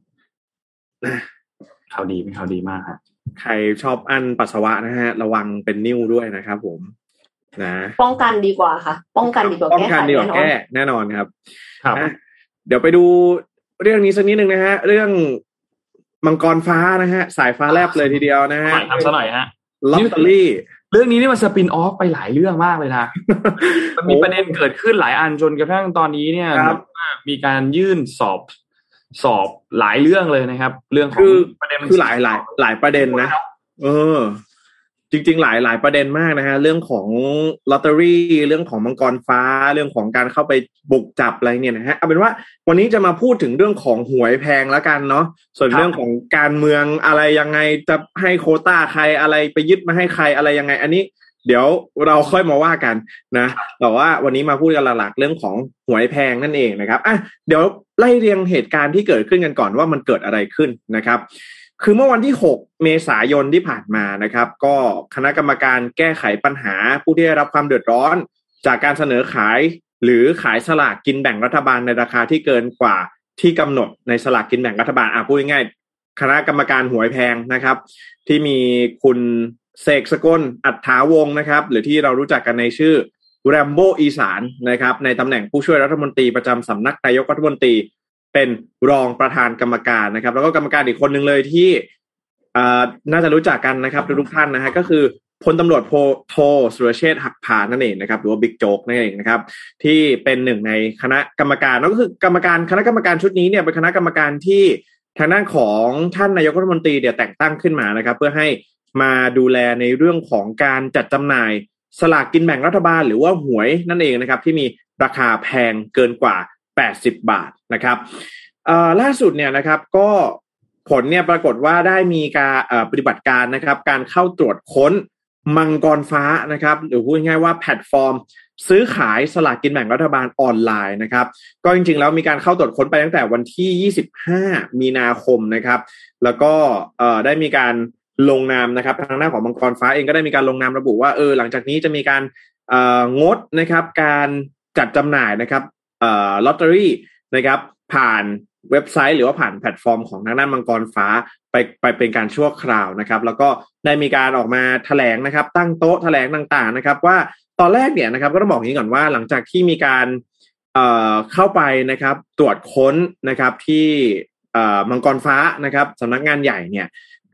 ข่าวดีเป็นข่าวดีมากฮะใครชอบอั้นปัสสาวะนะฮะระวังเป็นนิ่วด้วยนะครับผมนะป้องกันดีกว่าค่ะป้องกันดีกว่าแก้ป้องกันดีกว่าแก้แน่นอนครับครับเดี๋ยวไปดูเรื่องนี้สักนิดนึงนะฮะเรื่องมังกรฟ้านะฮะสายฟ้าแลบเลยทีเดียวนะฮะทำซะหน่อยฮะลอตเตอรี่เรื่องนี้นี่มันสปินออฟไปหลายเรื่องมากเลยนะ มันมีประเด็นเกิดขึ้นหลายอันจนกระทั่งตอนนี้เนี่ยมีการยื่นสอบสอบหลายเรื่องเลยนะครับเรื่องของประเด็นคือหลายหลายหลายประเด็นนะเออจริงๆหลายหลายประเด็นมากนะฮะเรื่องของลอตเตอรี่เรื่องของมังกรฟ้าเรื่องของการเข้าไปบุกจับอะไรเนี่ยนะฮะเอาเป็นว่าวันนี้จะมาพูดถึงเรื่องของหวยแพงแล้วกันเนาะส่วนเรื่องของการเมืองอะไรยังไงจะให้โควต้าใครอะไรไปยึดมาให้ใครอะไรยังไงอันนี้เดี๋ยวเราค่อยมาว่ากันนะแต่ว่าวันนี้มาพูดกันหลักๆเรื่องของหวยแพงนั่นเองนะครับอ่ะเดี๋ยวไล่เรียงเหตุการณ์ที่เกิดขึ้นกันก่อนว่ามันเกิดอะไรขึ้นนะครับคือเมื่อวันที่หกเมษายนที่ผ่านมานะครับก็คณะกรรมการแก้ไขปัญหาผู้ที่ได้รับความเดือดร้อนจากการเสนอขายหรือขายสลากกินแบ่งรัฐบาลในราคาที่เกินกว่าที่กำหนดในสลากกินแบ่งรัฐบาลอ่ะพูดง่ายๆคณะกรรมการหวยแพงนะครับที่มีคุณเสกสกลอัฏฐาวงศ์นะครับหรือที่เรารู้จักกันในชื่อแรมโบ้อีสานนะครับในตำแหน่งผู้ช่วยรัฐมนตรีประจำสำนักนายกรัฐมนตรีเป็นรองประธานกรรมการนะครับแล้วก็กรรมการอีกคนหนึ่งเลยที่น่าจะรู้จักกันนะครับทุกท่านนะฮะก็คือพลตำรวจโทสุรเชษฐ์หักพานนั่นเองนะครับหรือว่าบิ๊กโจ๊กนั่นเองนะครับที่เป็นหนึ่งในคณะกรรมการแล้วก็คือกรรมการคณะกรรมการชุดนี้เนี่ยเป็นคณะกรรมการที่ทางด้านของท่านนายกรัฐมนตรีเดี๋ยวแต่งตั้งขึ้นมานะครับเพื่อให้มาดูแลในเรื่องของการจัดจำหน่ายสลากกินแบ่งรัฐบาลหรือว่าหวยนั่นเองนะครับที่มีราคาแพงเกินกว่าแปดสิบบาทนะครับล่าสุดเนี่ยนะครับก็ผลเนี่ยปรากฏว่าได้มีการปฏิบัติการนะครับการเข้าตรวจค้นมังกรฟ้านะครับหรือพูดง่ายๆว่าแพลตฟอร์มซื้อขายสลากกินแบ่งรัฐบาลออนไลน์นะครับก็จริงๆแล้วมีการเข้าตรวจค้นไปตั้งแต่วันที่ยี่สิบห้ามีนาคมนะครับแล้วก็ได้มีการลงนามนะครับทางหน้าของมังกรฟ้าเองก็ได้มีการลงนามระบุว่าเออหลังจากนี้จะมีการงดนะครับการจัดจำหน่ายนะครับลอตเตอรี่นะครับผ่านเว็บไซต์หรือว่าผ่านแพลตฟอร์มของทางด้านมังกรฟ้าไปไปเป็นการชั่วคราวนะครับแล้วก็ได้มีการออกมาแถลงนะครับตั้งโต๊ะแถลงต่างๆนะครับว่าตอนแรกเนี่ยนะครับก็ต้องบอกอย่างนี้ก่อนว่าหลังจากที่มีการเอ่อเข้าไปนะครับตรวจค้นนะครับที่เอ่อมังกรฟ้านะครับสำนักงานใหญ่เนี่ย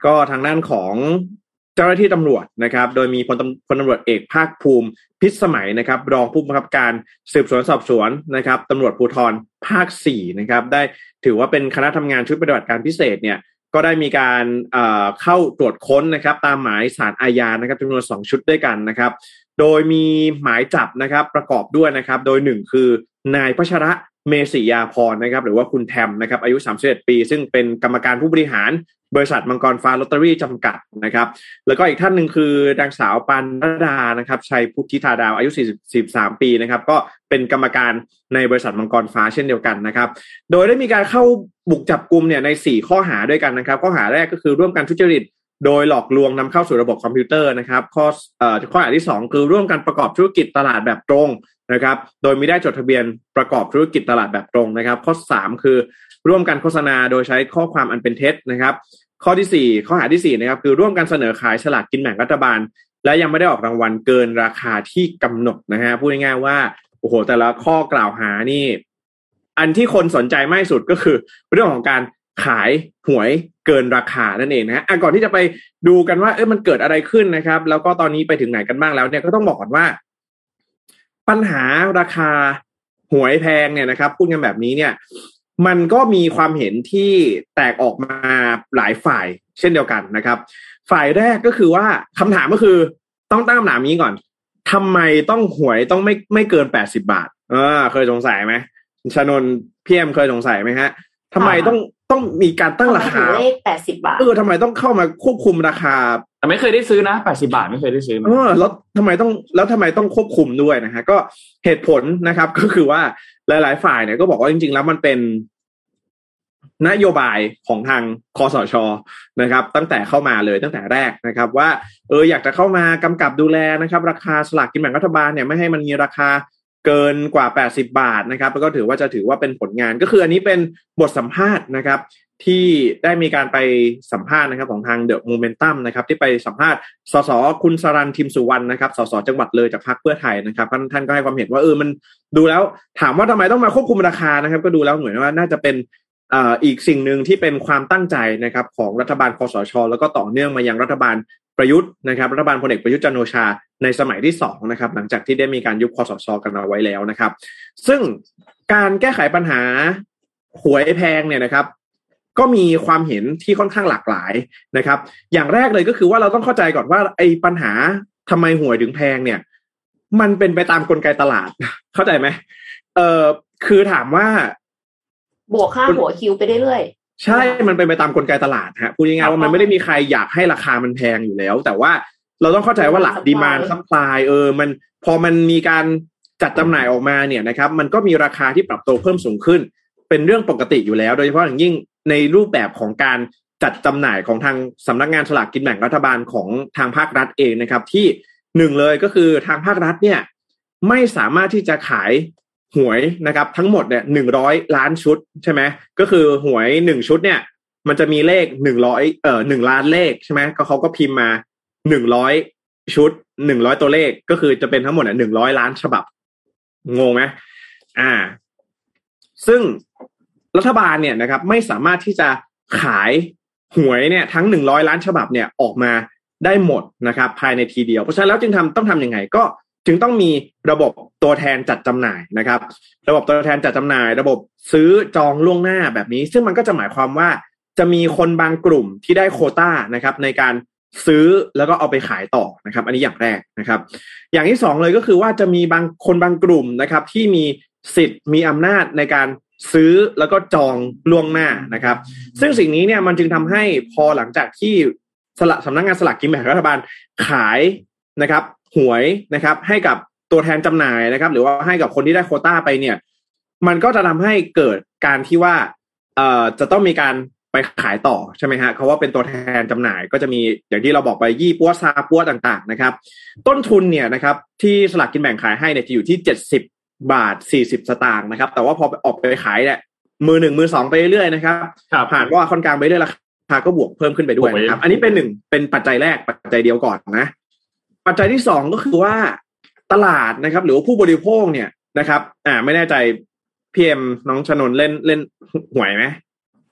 ก็ทางด้านของเจ้าหน้าที่ตำรวจนะครับโดยมีพลพลตำรวจเอกภาคภูมิพิสมัยนะครับรองผู้บังคับการสืบสวนสอบสวนนะครับตำรวจภูธรภาคสี่นะครับได้ถือว่าเป็นคณะทำงานชุดปฏิบัติการพิเศษเนี่ยก็ได้มีการเอ่อเข้าตรวจค้นนะครับตามหมายศาลอาญานะครับจำนวนสองชุดด้วยกันนะครับโดยมีหมายจับนะครับประกอบด้วยนะครับโดยหนึ่งคือนายพัชระเมษิยาพรนะครับหรือว่าคุณแทมนะครับอายุสามสิบเอ็ดปีซึ่งเป็นกรรมการผู้บริหารบริษัทมังกรฟ้าลอตเตอรี่จำกัดนะครับแล้วก็อีกท่านหนึ่งคือนางสาวปานรดานะครับชัยพุทธิธาดาวอายุสี่สิบสามปีนะครับก็เป็นกรรมการในบริษัทมังกรฟ้าเช่นเดียวกันนะครับโดยได้มีการเข้าบุกจับกุมเนี่ยในสี่ข้อหาด้วยกันนะครับข้อหาแรกก็คือร่วมกันทุจริตโดยหลอกลวงนำเข้าสู่ระบบคอมพิวเตอร์นะครับข้อเอ่อข้อหาที่สองคือร่วมกันประกอบธุรกิจตลาดแบบตรงนะครับโดยไม่ได้จดทะเบียนประกอบธุรกิจตลาดแบบตรงนะครับข้อสามคือร่วมกันโฆษณาโดยใช้ข้อความอันเป็นเท็จนะครับข้อที่สี่ข้อหาที่สี่นะครับคือร่วมกันเสนอขายสลากกินแบ่งรัฐบาลและยังไม่ได้ออกรางวัลเกินราคาที่กำหนดนะฮะพูดง่ายๆว่าโอ้โหแต่ละข้อกล่าวหานี่อันที่คนสนใจมากที่สุดก็คือเรื่องของการขายหวยเกินราคานั่นเองนะฮะก่อนที่จะไปดูกันว่าเอ้ยมันเกิดอะไรขึ้นนะครับแล้วก็ตอนนี้ไปถึงไหนกันบ้างแล้วเนี่ยก็ต้องบอกก่อนว่าปัญหาราคาหวยแพงเนี่ยนะครับพูดกันแบบนี้เนี่ยมันก็มีความเห็นที่แตกออกมาหลายฝ่ายเช่นเดียวกันนะครับฝ่ายแรกก็คือว่าคำถามก็คือต้องตั้งคำถามนี้ก่อนทำไมต้องหวยต้องไม่ไม่เกินแปดสิบบาทเออเคยสงสัยไหมชนนพี่เอ็มเคยสงสัยไหมฮะทำไมต้องต้องมีการตั้งราคาเลขแปดสิบบาทเออทำไมต้องเข้ามาควบคุมราคาแต่ไม่เคยได้ซื้อนะแปดสิบบาทไม่เคยได้ซื้อเออแล้วทำไมต้องแล้วทำไมต้องควบคุมด้วยนะฮะก็เหตุผลนะครับก็คือว่าหลายๆฝ่ายเนี่ยก็บอกว่าจริงๆแล้วมันเป็นนโยบายของทางคสช.นะครับตั้งแต่เข้ามาเลยตั้งแต่แรกนะครับว่าเอออยากจะเข้ามากำกับดูแลนะครับราคาสลากกินแบ่งรัฐบาลเนี่ยไม่ให้มันมีราคาเกินกว่าแปดสิบบาทนะครับแล้วก็ถือว่าจะถือว่าเป็นผลงานก็คืออันนี้เป็นบทสัมภาษณ์นะครับที่ได้มีการไปสัมภาษณ์นะครับของทางเดอะโมเมนตัมนะครับที่ไปสัมภาษณ์สสคุณสรัญทิมสุวรรณนะครับสสจังหวัดเลยจากพรรคเพื่อไทยนะครับท่านท่านก็ให้ความเห็นว่าเออมันดูแล้วถามว่าทำไมต้องมาควบคุมราคานะครับก็ดูแล้วเหมือนว่าน่าจะเป็นอ่าอีกสิ่งหนึ่งที่เป็นความตั้งใจนะครับของรัฐบาลคสช.แล้วก็ต่อเนื่องมายังรัฐบาลประยุทธ์นะครับรัฐบาลพลเอกประยุทธ์จันทร์โอชาในสมัยที่สองนะครับหลังจากที่ได้มีการยุบคสช.กันเอาไว้แล้วนะครับซึ่งการแก้ไขปัญหาหวยแพงเนี่ยนะครับก็มีความเห็นที่ค่อนข้างหลากหลายนะครับอย่างแรกเลยก็คือว่าเราต้องเข้าใจก่อนว่าไอ้ปัญหาทำไมหวยถึงแพงเนี่ยมันเป็นไปตามกลไกตลาดเข้าใจไหมเออคือถามว่าบวกค่าหัวคิวไปเรื่อยๆใช่มันเป็นไปตามกลไกตลาดฮะพูดง่ายๆว่ามันไม่ได้มีใครอยากให้ราคามันแพงอยู่แล้วแต่ว่าเราต้องเข้าใจว่าหลักดีมานด์ซัพพลายเออมันพอมันมีการจัดจำหน่ายออกมาเนี่ยนะครับมันก็มีราคาที่ปรับตัวเพิ่มสูงขึ้นเป็นเรื่องปกติอยู่แล้วโดยเฉพาะอย่างยิ่งในรูปแบบของการจัดจำหน่ายของทางสำนักงานสลากกินแบ่งรัฐบาลของทางภาครัฐเองนะครับที่หนึ่งเลยก็คือทางภาครัฐเนี่ยไม่สามารถที่จะขายหวยนะครับทั้งหมดเนี่ยหนึ่งร้อยล้านชุดใช่ไหมก็คือหวยหนึ่งชุดเนี่ยมันจะมีเลขหนึ่งร้อยเอ่อหนึ่งล้านเลขใช่ไหมก็เขาก็พิมพ์มาหนึ่งร้อยชุดหนึ่งร้อยตัวเลขก็คือจะเป็นทั้งหมดเนี่ยหนึ่งร้อยล้านฉบับงงไหมอ่าซึ่งรัฐบาลเนี่ยนะครับไม่สามารถที่จะขายหวยเนี่ยทั้งหนึ่งร้อยล้านฉบับเนี่ยออกมาได้หมดนะครับภายในทีเดียวเพราะฉะนั้นแล้วจึงทำต้องทำยังไงก็จึงต้องมีระบบตัวแทนจัดจำหน่ายนะครับระบบตัวแทนจัดจำหน่ายระบบซื้อจองล่วงหน้าแบบนี้ซึ่งมันก็จะหมายความว่าจะมีคนบางกลุ่มที่ได้โควต้านะครับในการซื้อแล้วก็เอาไปขายต่อนะครับอันนี้อย่างแรกนะครับอย่างที่สองเลยก็คือว่าจะมีบางคนบางกลุ่มนะครับที่มีสิทธิ์มีอำนาจในการซื้อแล้วก็จองล่วงหน้านะครับซึ่งสิ่งนี้เนี่ยมันจึงทำให้พอหลังจากที่สละสำนักงานสลากกินแบ่งรัฐบาลขายนะครับหวยนะครับให้กับตัวแทนจำหน่ายนะครับหรือว่าให้กับคนที่ได้โควต้าไปเนี่ยมันก็จะทำให้เกิดการที่ว่าเอ่อจะต้องมีการไปขายต่อใช่ไหมฮะเขาว่าเป็นตัวแทนจำหน่ายก็จะมีอย่างที่เราบอกไปยี่ปัวซาปัวต่างๆนะครับต้นทุนเนี่ยนะครับที่สลากกินแบ่งขายให้เนี่ยจะอยู่ที่เจ็ดสิบบาทสี่สิบสตางค์นะครับแต่ว่าพอออกไปขายเนี่ยมือหนึ่งมือสองไปเรื่อยๆนะครับผ่านว่าค่อนกลางไปเรื่อยราคาก็บวกเพิ่มขึ้นไปด้วยนะครับอันนี้เป็นหนึ่งเป็นปัจจัยแรกปัจจัยเดียวก่อนนะปัจจัยที่สองก็คือว่าตลาดนะครับหรือว่าผู้บริโภคเนี่ยนะครับอ่าไม่แน่ใจพี่เอ็มน้องชนนเล่นเล่นหวยไหม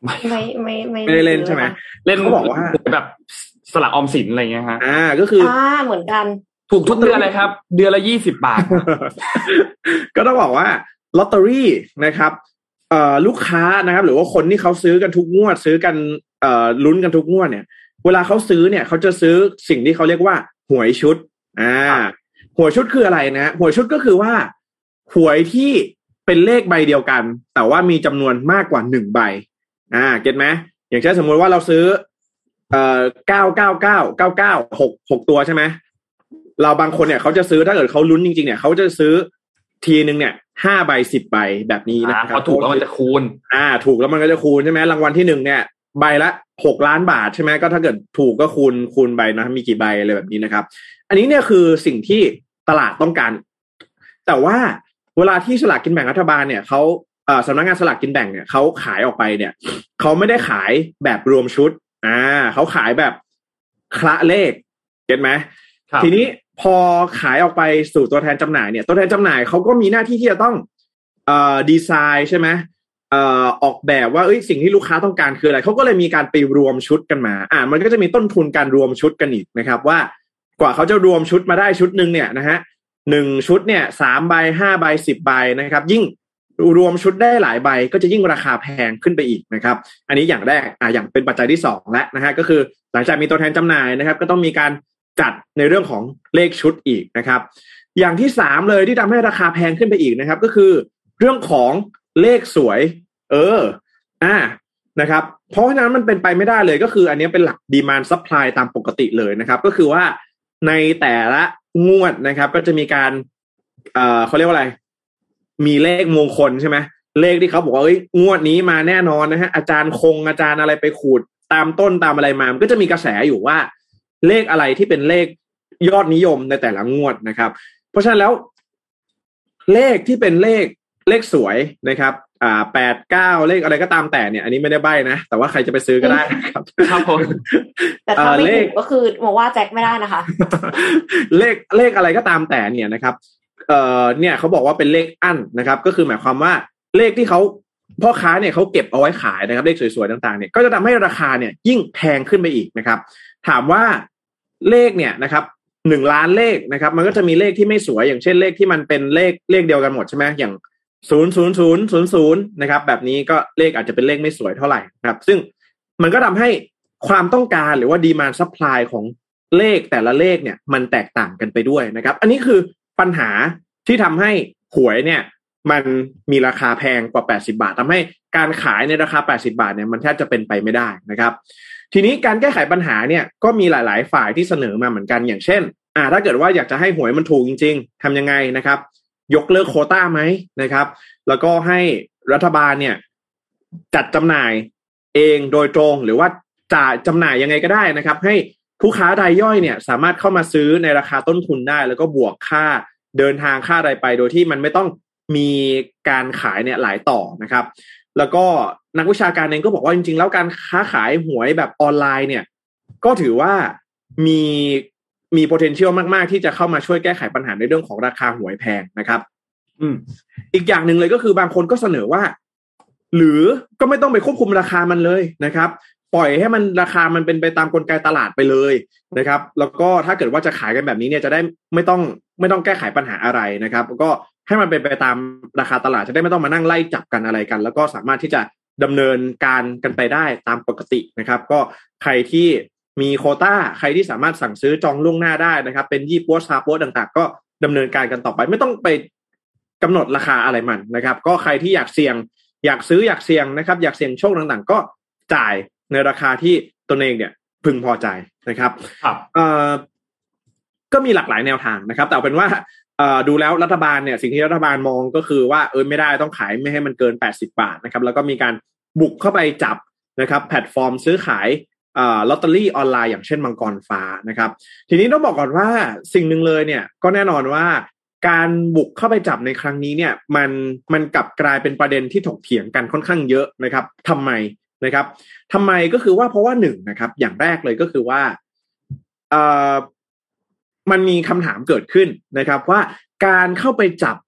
ไม่ไม่ไม่ไม่ได้เล่นใช่ไหมเล่นเขาบอกว่าแบบสลากออมสินอะไรเงี้ยฮะอ่าก็คืออ่าเหมือนกันถูกทุกเดือนเลยครับเดือนละยี่สิบบาทก็ต้องบอกว่าลอตเตอรี่นะครับเอ่อลูกค้านะครับหรือว่าคนที่เขาซื้อกันทุกงวดซื้อกันเอ่อลุ้นกันทุกงวดเนี่ยเวลาเขาซื้อเนี่ยเขาจะซื้อสิ่งที่เขาเรียกว่าหวยชุดอ่าหวยชุดคืออะไรนะหวยชุดก็คือว่าหวยที่เป็นเลขใบเดียวกันแต่ว่ามีจำนวนมากกว่าหนึ่งใบอ่าเก็ทไหมอย่างเช่นสมมุติว่าเราซื้อเอ่อเก้าเก้าเก้าเก้าเก้าหกหกตัวใช่ไหมเราบางคนเนี่ยเขาจะซื้อถ้าเกิดเขาลุ้นจริงๆเนี่ยเขาจะซื้อทีนึงเนี่ยห้าใบสิบใบแบบนี้นะครับพอถูกแล้วมันจะคูณอ่าถูกแล้วมันก็จะคูณใช่ไหมรางวัลที่หนึ่งเนี่ยใบละหกล้านบาทใช่ไหมก็ถ้าเกิดถูกก็คูณคูณใบนะมีกี่ใบอะไรแบบนี้นะครับอันนี้เนี่ยคือสิ่งที่ตลาดต้องการแต่ว่าเวลาที่สลากกินแบ่งรัฐบาลเนี่ยเขาเอ่อสำนักงานสลากกินแบ่งเนี่ยเขาขายออกไปเนี่ยเขาไม่ได้ขายแบบรวมชุดอ่าเขาขายแบบคละเลขเก็ทไหมทีนี้พอขายออกไปสู่ตัวแทนจำหน่ายเนี่ยตัวแทนจำหน่ายเขาก็มีหน้าที่ที่จะต้องเอ่อดีไซน์ใช่ไหมเอ่อออกแบบว่าเอ้ยสิ่งที่ลูกค้าต้องการคืออะไรเขาก็เลยมีการไปรวมชุดกันมาอ่ามันก็จะมีต้นทุนการรวมชุดกันอีกนะครับว่ากว่าเขาจะรวมชุดมาได้ชุดนึงเนี่ยนะฮะหนึ่งชุดเนี่ยสามใบห้าใบสิบใบนะครับยิ่งรวมชุดได้หลายใบก็จะยิ่งราคาแพงขึ้นไปอีกนะครับอันนี้อย่างแรกอ่าอย่างเป็นปัจจัยที่สองแล้วนะฮะก็คือหลังจากมีตัวแทนจำหน่ายนะครับก็ต้องมีการจัดในเรื่องของเลขชุดอีกนะครับอย่างที่สามเลยที่ทำให้ราคาแพงขึ้นไปอีกนะครับก็คือเรื่องของเลขสวยเอออ่านะครับเพราะฉะนั้นมันเป็นไปไม่ได้เลยก็คืออันนี้เป็นหลัก demand supply ตามปกติเลยนะครับก็คือว่าในแต่ละงวดนะครับก็จะมีการเอ่อเขาเรียกว่าอะไรมีเลขมงคลใช่ไหมเลขที่เขาบอกว่าเอ้ยงวดนี้มาแน่นอนนะฮะอาจารย์คงอาจารย์อะไรไปขูดตามต้นตามอะไรมามันก็จะมีกระแสอยู่ว่าเลขอะไรที่เป็นเลขยอดนิยมในแต่ละงวดนะครับเพราะฉะนั้นแล้วเลขที่เป็นเลขเลขสวยนะครับอ่าแปดเก้าเลขอะไรก็ตามแต่เนี่ยอันนี้ไม่ได้ใบ้นะแต่ว่าใครจะไปซื้อก็ได้ครับครับผมแต่ถ้าไม่ถูกก็คือมาว่าแจ็คไม่ได้นะคะเลขเลขอะไรก็ตามแต่เนี่ยนะครับเอ่อเนี่ยเขาบอกว่าเป็นเลขอั้นนะครับก็คือหมายความว่าเลขที่เขาพ่อค้าเนี่ยเขาเก็บเอาไว้ขายนะครับเลขสวยๆต่างๆเนี่ยก็จะทำให้ราคาเนี่ยยิ่งแพงขึ้นไปอีกนะครับถามว่าเลขเนี่ยนะครับหนึ่งล้านเลขนะครับมันก็จะมีเลขที่ไม่สวยอย่างเช่นเลขที่มันเป็นเลขเลขเดียวกันหมดใช่ไหมอย่างศูนย์ศูนย์ศูนย์ศูนย์ศูนย์นะครับแบบนี้ก็เลขอาจจะเป็นเลขไม่สวยเท่าไหร่นะครับซึ่งมันก็ทำให้ความต้องการหรือว่า demand supply ของเลขแต่ละเลขเนี่ยมันแตกต่างกันไปด้วยนะครับอันนี้คือปัญหาที่ทำให้หวยเนี่ยมันมีราคาแพงกว่าแปดสิบบาททำให้การขายในราคาแปดสิบบาทเนี่ยมันแทบจะเป็นไปไม่ได้นะครับทีนี้การแก้ไขปัญหาเนี่ยก็มีหลายๆฝ่ายที่เสนอมาเหมือนกันอย่างเช่นอ่าถ้าเกิดว่าอยากจะให้หวยมันถูกจริงๆทำยังไงนะครับยกเลิกโควต้าไหมนะครับแล้วก็ให้รัฐบาลเนี่ยจัดจำหน่ายเองโดยตรงหรือว่าจ่ายจำหน่ายยังไงก็ได้นะครับให้ผู้ค้ารายย่อยเนี่ยสามารถเข้ามาซื้อในราคาต้นทุนได้แล้วก็บวกค่าเดินทางค่าอะไรไปโดยที่มันไม่ต้องมีการขายเนี่ยหลายต่อนะครับแล้วก็นักวิชาการเองก็บอกว่าจริงๆแล้วการค้าขายหวยแบบออนไลน์เนี่ยก็ถือว่ามีมี potential มากๆที่จะเข้ามาช่วยแก้ไขปัญหาในเรื่องของราคาหวยแพงนะครับอืมอีกอย่างหนึ่งเลยก็คือบางคนก็เสนอว่าหรือก็ไม่ต้องไปควบคุมราคามันเลยนะครับปล่อยให้มันราคามันเป็นไปตามกลไกตลาดไปเลยนะครับแล้วก็ถ้าเกิดว่าจะขายกันแบบนี้เนี่ยจะได้ไม่ต้องไม่ต้องแก้ไขปัญหาอะไรนะครับแล้วก็ให้มันเป็นไปตามราคาตลาดจะได้ไม่ต้องมานั่งไล่จับกันอะไรกันแล้วก็สามารถที่จะดำเนินการกันไปได้ตามปกตินะครับก็ใครที่มีโควต้าใครที่สามารถสั่งซื้อจองล่วงหน้าได้นะครับเป็นยี่ปัวซาปัวต่างๆก็ดำเนินการกันต่อไปไม่ต้องไปกำหนดราคาอะไรมันนะครับก็ใครที่อยากเสี่ยงอยากซื้ออยากเสี่ยงนะครับอยากเสี่ยงโชคต่างๆก็จ่ายในราคาที่ตนเองเนี่ยพึงพอใจนะครับครับเอ่อก็มีหลากหลายแนวทางนะครับแต่เอาเป็นว่าเอ่อดูแล้วรัฐบาลเนี่ยสิ่งที่รัฐบาลมองก็คือว่าเออไม่ได้ต้องขายไม่ให้มันเกินแปดสิบบาทนะครับแล้วก็มีการบุกเข้าไปจับนะครับแพลตฟอร์มซื้อขายเอ่อลอตเตอรี่ออนไลน์อย่างเช่นมังกรฟ้านะครับทีนี้ต้องบอกก่อนว่าสิ่งหนึ่งเลยเนี่ยก็แน่นอนว่าการบุกเข้าไปจับในครั้งนี้เนี่ยมันมันกลับกลายเป็นประเด็นที่ถกเถียงกันค่อนข้างเยอะนะครับทำไมนะครับทำไมก็คือว่าเพราะว่าหนึ่งนะครับอย่างแรกเลยก็คือว่าเอ่อมันมีคำถามเกิดขึ้นนะครับว่าการเข้าไปจับ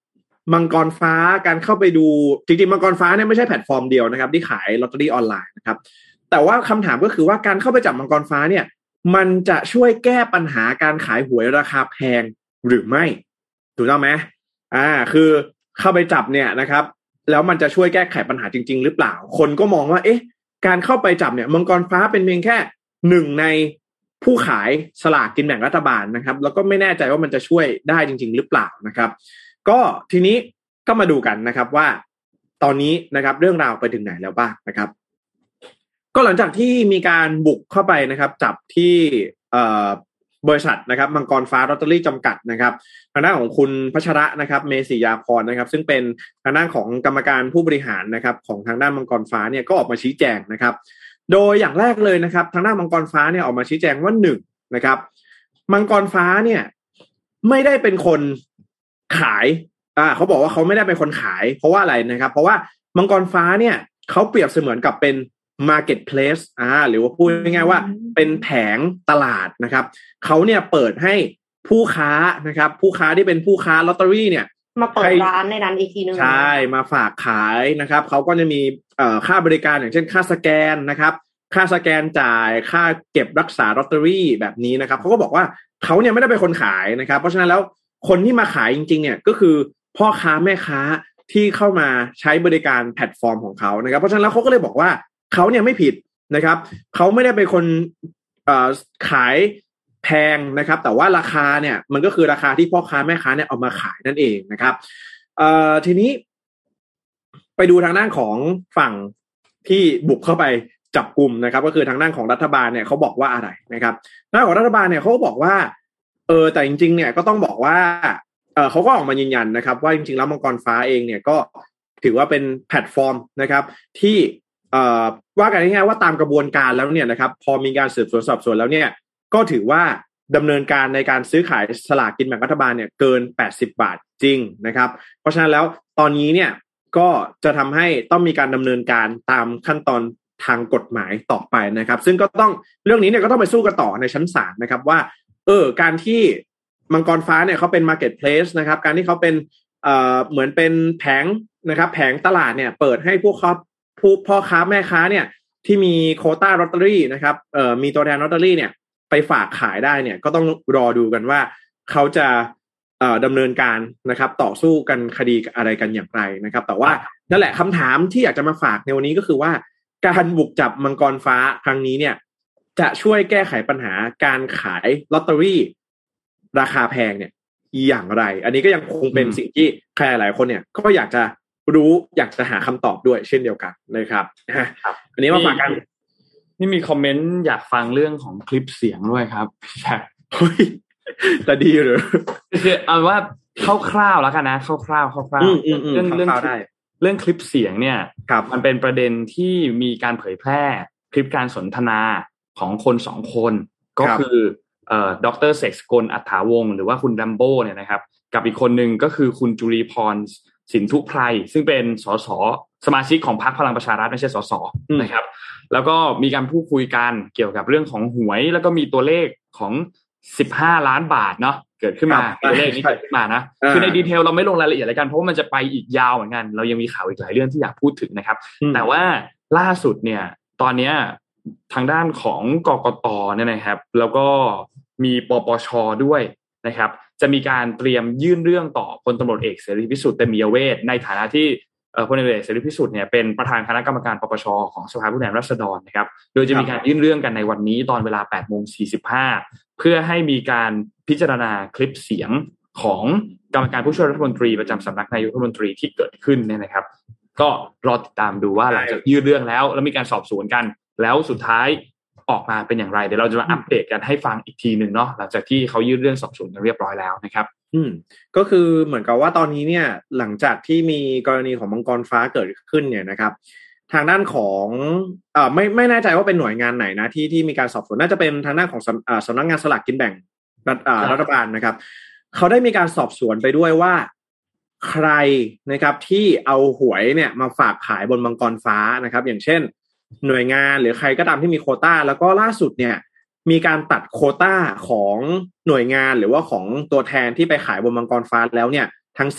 มังกรฟ้าการเข้าไปดูจริงๆมังกรฟ้าเนี่ยไม่ใช่แพลตฟอร์มเดียวนะครับที่ขายลอตเตอรี่ออนไลน์นะครับแต่ว่าคำถามก็คือว่าการเข้าไปจับมังกรฟ้าเนี่ยมันจะช่วยแก้ปัญหาการขายหวยราคาแพงหรือไม่ถูกต้องไหมอ่าคือเข้าไปจับเนี่ยนะครับแล้วมันจะช่วยแก้ไขปัญหาจริงๆหรือเปล่าคนก็มองว่าเอ๊ะการเข้าไปจับเนี่ยมังกรฟ้าเป็นเพียงแค่หนึ่งในผู้ขายสลากกินแบ่งรัฐบาลนะครับแล้วก็ไม่แน่ใจว่ามันจะช่วยได้จริงๆหรือเปล่านะครับก็ทีนี้ก็มาดูกันนะครับว่าตอนนี้นะครับเรื่องราวไปถึงไหนแล้วบ้างนะครับก็หลังจากที่มีการบุกเข้าไปนะครับจับที่เอ่อบริษัทนะครับมังกรฟ้าลอตเตอรี่จำกัดนะครับทางด้านของคุณพัชระนะครับเมศิยาพรนะครับซึ่งเป็นทางด้านของกรรมการผู้บริหารนะครับของทางด้านมังกรฟ้าเนี่ยก็ออกมาชี้แจงนะครับโดยอย่างแรกเลยนะครับทางด้านมังกรฟ้าเนี่ยออกมาชี้แจงว่าหนึ่งนะครับมังกรฟ้าเนี่ยไม่ได้เป็นคนขายอ่าเขาบอกว่าเขาไม่ได้เป็นคนขายเพราะว่าอะไรนะครับเพราะว่ามังกรฟ้าเนี่ยเขาเปรียบเสมือนกับเป็น marketplace อ่าหรือว่าพูดง่ายๆว่าเป็นแผงตลาดนะครับเขาเนี่ยเปิดให้ผู้ค้านะครับผู้ค้าที่เป็นผู้ค้าลอตเตอรี่เนี่ยมาเปิดร้านในนั้นอีกทีนึงใช่มาฝากขายนะครับเขาก็จะมีเอ่อค่าบริการอย่างเช่นค่าสแกนนะครับค่าสแกนจ่ายค่าเก็บรักษาลอตเตอรี่แบบนี้นะครับเขาก็บอกว่าเขาเนี่ยไม่ได้เป็นคนขายนะครับเพราะฉะนั้นแล้วคนที่มาขายจริงๆเนี่ยก็คือพ่อค้าแม่ค้าที่เข้ามาใช้บริการแพลตฟอร์มของเขานะครับเพราะฉะนั้นแล้วเขาก็เลยบอกว่าเขาเนี่ยไม่ผิดนะครับเขาไม่ได้เป็นคนเอ่อขายแพงนะครับแต่ว่าราคาเนี่ยมันก็คือราคาที่พ่อค้าแม่ค้าเนี่ยเอามาขายนั่นเองนะครับเอ่อทีนี้ไปดูทางด้านของฝั่งที่บุกเข้าไปจับกลุ่มนะครับก็คือทางด้านของรัฐบาลเนี่ยเขาบอกว่าอะไรนะครับด้านของรัฐบาลเนี่ยเขาก็บอกว่าเออแต่จริงๆเนี่ยก็ต้องบอกว่าเออเขาก็ออกมายืนยันนะครับว่าจริงๆแล้วมังกรฟ้าเองเนี่ยก็ถือว่าเป็นแพลตฟอร์มนะครับที่เอ่อว่ากันง่ายๆว่าตามกระบวนการแล้วเนี่ยนะครับพอมีการสืบสวนสอบสวนแล้วเนี่ยก็ถือว่าดำเนินการในการซื้อขายสลากกินแบ่งรัฐบาลเนี่ยเกินแปดสิบบาทจริงนะครับเพราะฉะนั้นแล้วตอนนี้เนี่ยก็จะทำให้ต้องมีการดำเนินการตามขั้นตอนทางกฎหมายต่อไปนะครับซึ่งก็ต้องเรื่องนี้เนี่ยก็ต้องไปสู้กันต่อในชั้นศาลนะครับว่าเออการที่มังกรฟ้าเนี่ยเขาเป็น marketplace นะครับการที่เขาเป็นเอ่อเหมือนเป็นแผงนะครับแผงตลาดเนี่ยเปิดให้พวกเขาผู้พ่อค้าแม่ค้าเนี่ยที่มีโควต้าลอตเตอรี่นะครับเอ่อมีตัวแทนลอตเตอรี่เนี่ยไปฝากขายได้เนี่ยก็ต้องรอดูกันว่าเขาจะเอ่อดำเนินการนะครับต่อสู้กันคดีอะไรกันอย่างไรนะครับแต่ว่านั่นแหละคำถามที่อยากจะมาฝากในวันนี้ก็คือว่าการบุกจับมังกรฟ้าครั้งนี้เนี่ยจะช่วยแก้ไขปัญหาการขายลอตเตอรี่ราคาแพงเนี่ยอย่างไรอันนี้ก็ยังคงเป็นสิ่งที่ใครหลายคนเนี่ยก็อยากจะรู้อยากจะหาคำตอบด้วยเช่นเดียวกันนะครับอันนี้มาฝากกันนี่มีคอมเมนต์อยากฟังเรื่องของคลิปเสียงด้วยครับพี่แจ็คแต่ดีหรือคือเอาว่าคร่าวๆแล้วกันนะคร่าวๆคร่าวๆเรื่องเรื่องเรื่องคลิปเสียงเนี่ยมันเป็นประเด็นที่มีการเผยแพร่คลิปการสนทนาของคนสองคนก็คือเอ่อดร.เสกสกลอัฏฐาวงศ์หรือว่าคุณดัมโบ้เนี่ยนะครับกับอีกคนนึงก็คือคุณจุลีพรสินธุไพรซึ่งเป็นสสสมาชิกของพรรคพลังประชารัฐไม่ใช่สสนะครับแล้วก็มีการพูดคุยกันเกี่ยวกับเรื่องของหวยแล้วก็มีตัวเลขของสิบห้าล้านบาทเนาะเกิดขึ้นมาตัวเลขนี้เกิดขึ้นมานะคือในดีเทลเราไม่ลงรายละเอียดอะไรกันเพราะว่ามันจะไปอีกยาวเหมือนกันเรายังมีข่าวอีกหลายเรื่องที่อยากพูดถึงนะครับแต่ว่าล่าสุดเนี่ยตอนนี้ทางด้านของกกต.เนี่ยนะครับแล้วก็มีปปช.ด้วยนะครับจะมีการเตรียมยื่นเรื่องต่อพลตำรวจเอกเสรีพิสุทธิ์เตมียเวทในฐานะที่พลตำรวจเอกเสรีพิสุทธิ์เนี่ยเป็นประธานคณะกรรมการปปช.ของสภาผู้แทนราษฎรนะครับโดยจะมีการยื่นเรื่องกันในวันนี้ตอนเวลา แปดโมงสี่สิบห้า เพื่อให้มีการพิจารณาคลิปเสียงของกรรมการผู้ช่วยรัฐมนตรีประจำสำนักนายกรัฐมนตรีที่เกิดขึ้นเนี่ยนะครับก็รอติดตามดูว่าหลังจากยื่นเรื่องแล้วแล้วมีการสอบสวนกันแล้วสุดท้ายออกมาเป็นอย่างไรเดี๋ยวเราจะมาอัปเดตกันให้ฟังอีกทีนึงเนาะหลังจากที่เขายื่นเรื่องสอบสวนกันเรียบร้อยแล้วนะครับอืมก็คือเหมือนกับว่าตอนนี้เนี่ยหลังจากที่มีกรณีของมังกรฟ้าเกิดขึ้นเนี่ยนะครับทางด้านของเอ่อไม่ไม่แน่ใจว่าเป็นหน่วยงานไหนนะที่ที่มีการสอบสวนน่าจะเป็นทางด้านของสำอ่าสำนักงานสลากกินแบ่งรัฐอ่ารัฐบาลนะครับเขาได้มีการสอบสวนไปด้วยว่าใครนะครับที่เอาหวยเนี่ยมาฝากขายบนมังกรฟ้านะครับอย่างเช่นหน่วยงานหรือใครก็ตามที่มีโควต้าแล้วก็ล่าสุดเนี่ยมีการตัดโควต้าของหน่วยงานหรือว่าของตัวแทนที่ไปขายบนมังกรฟ้าแล้วเนี่ยทั้งสิ้น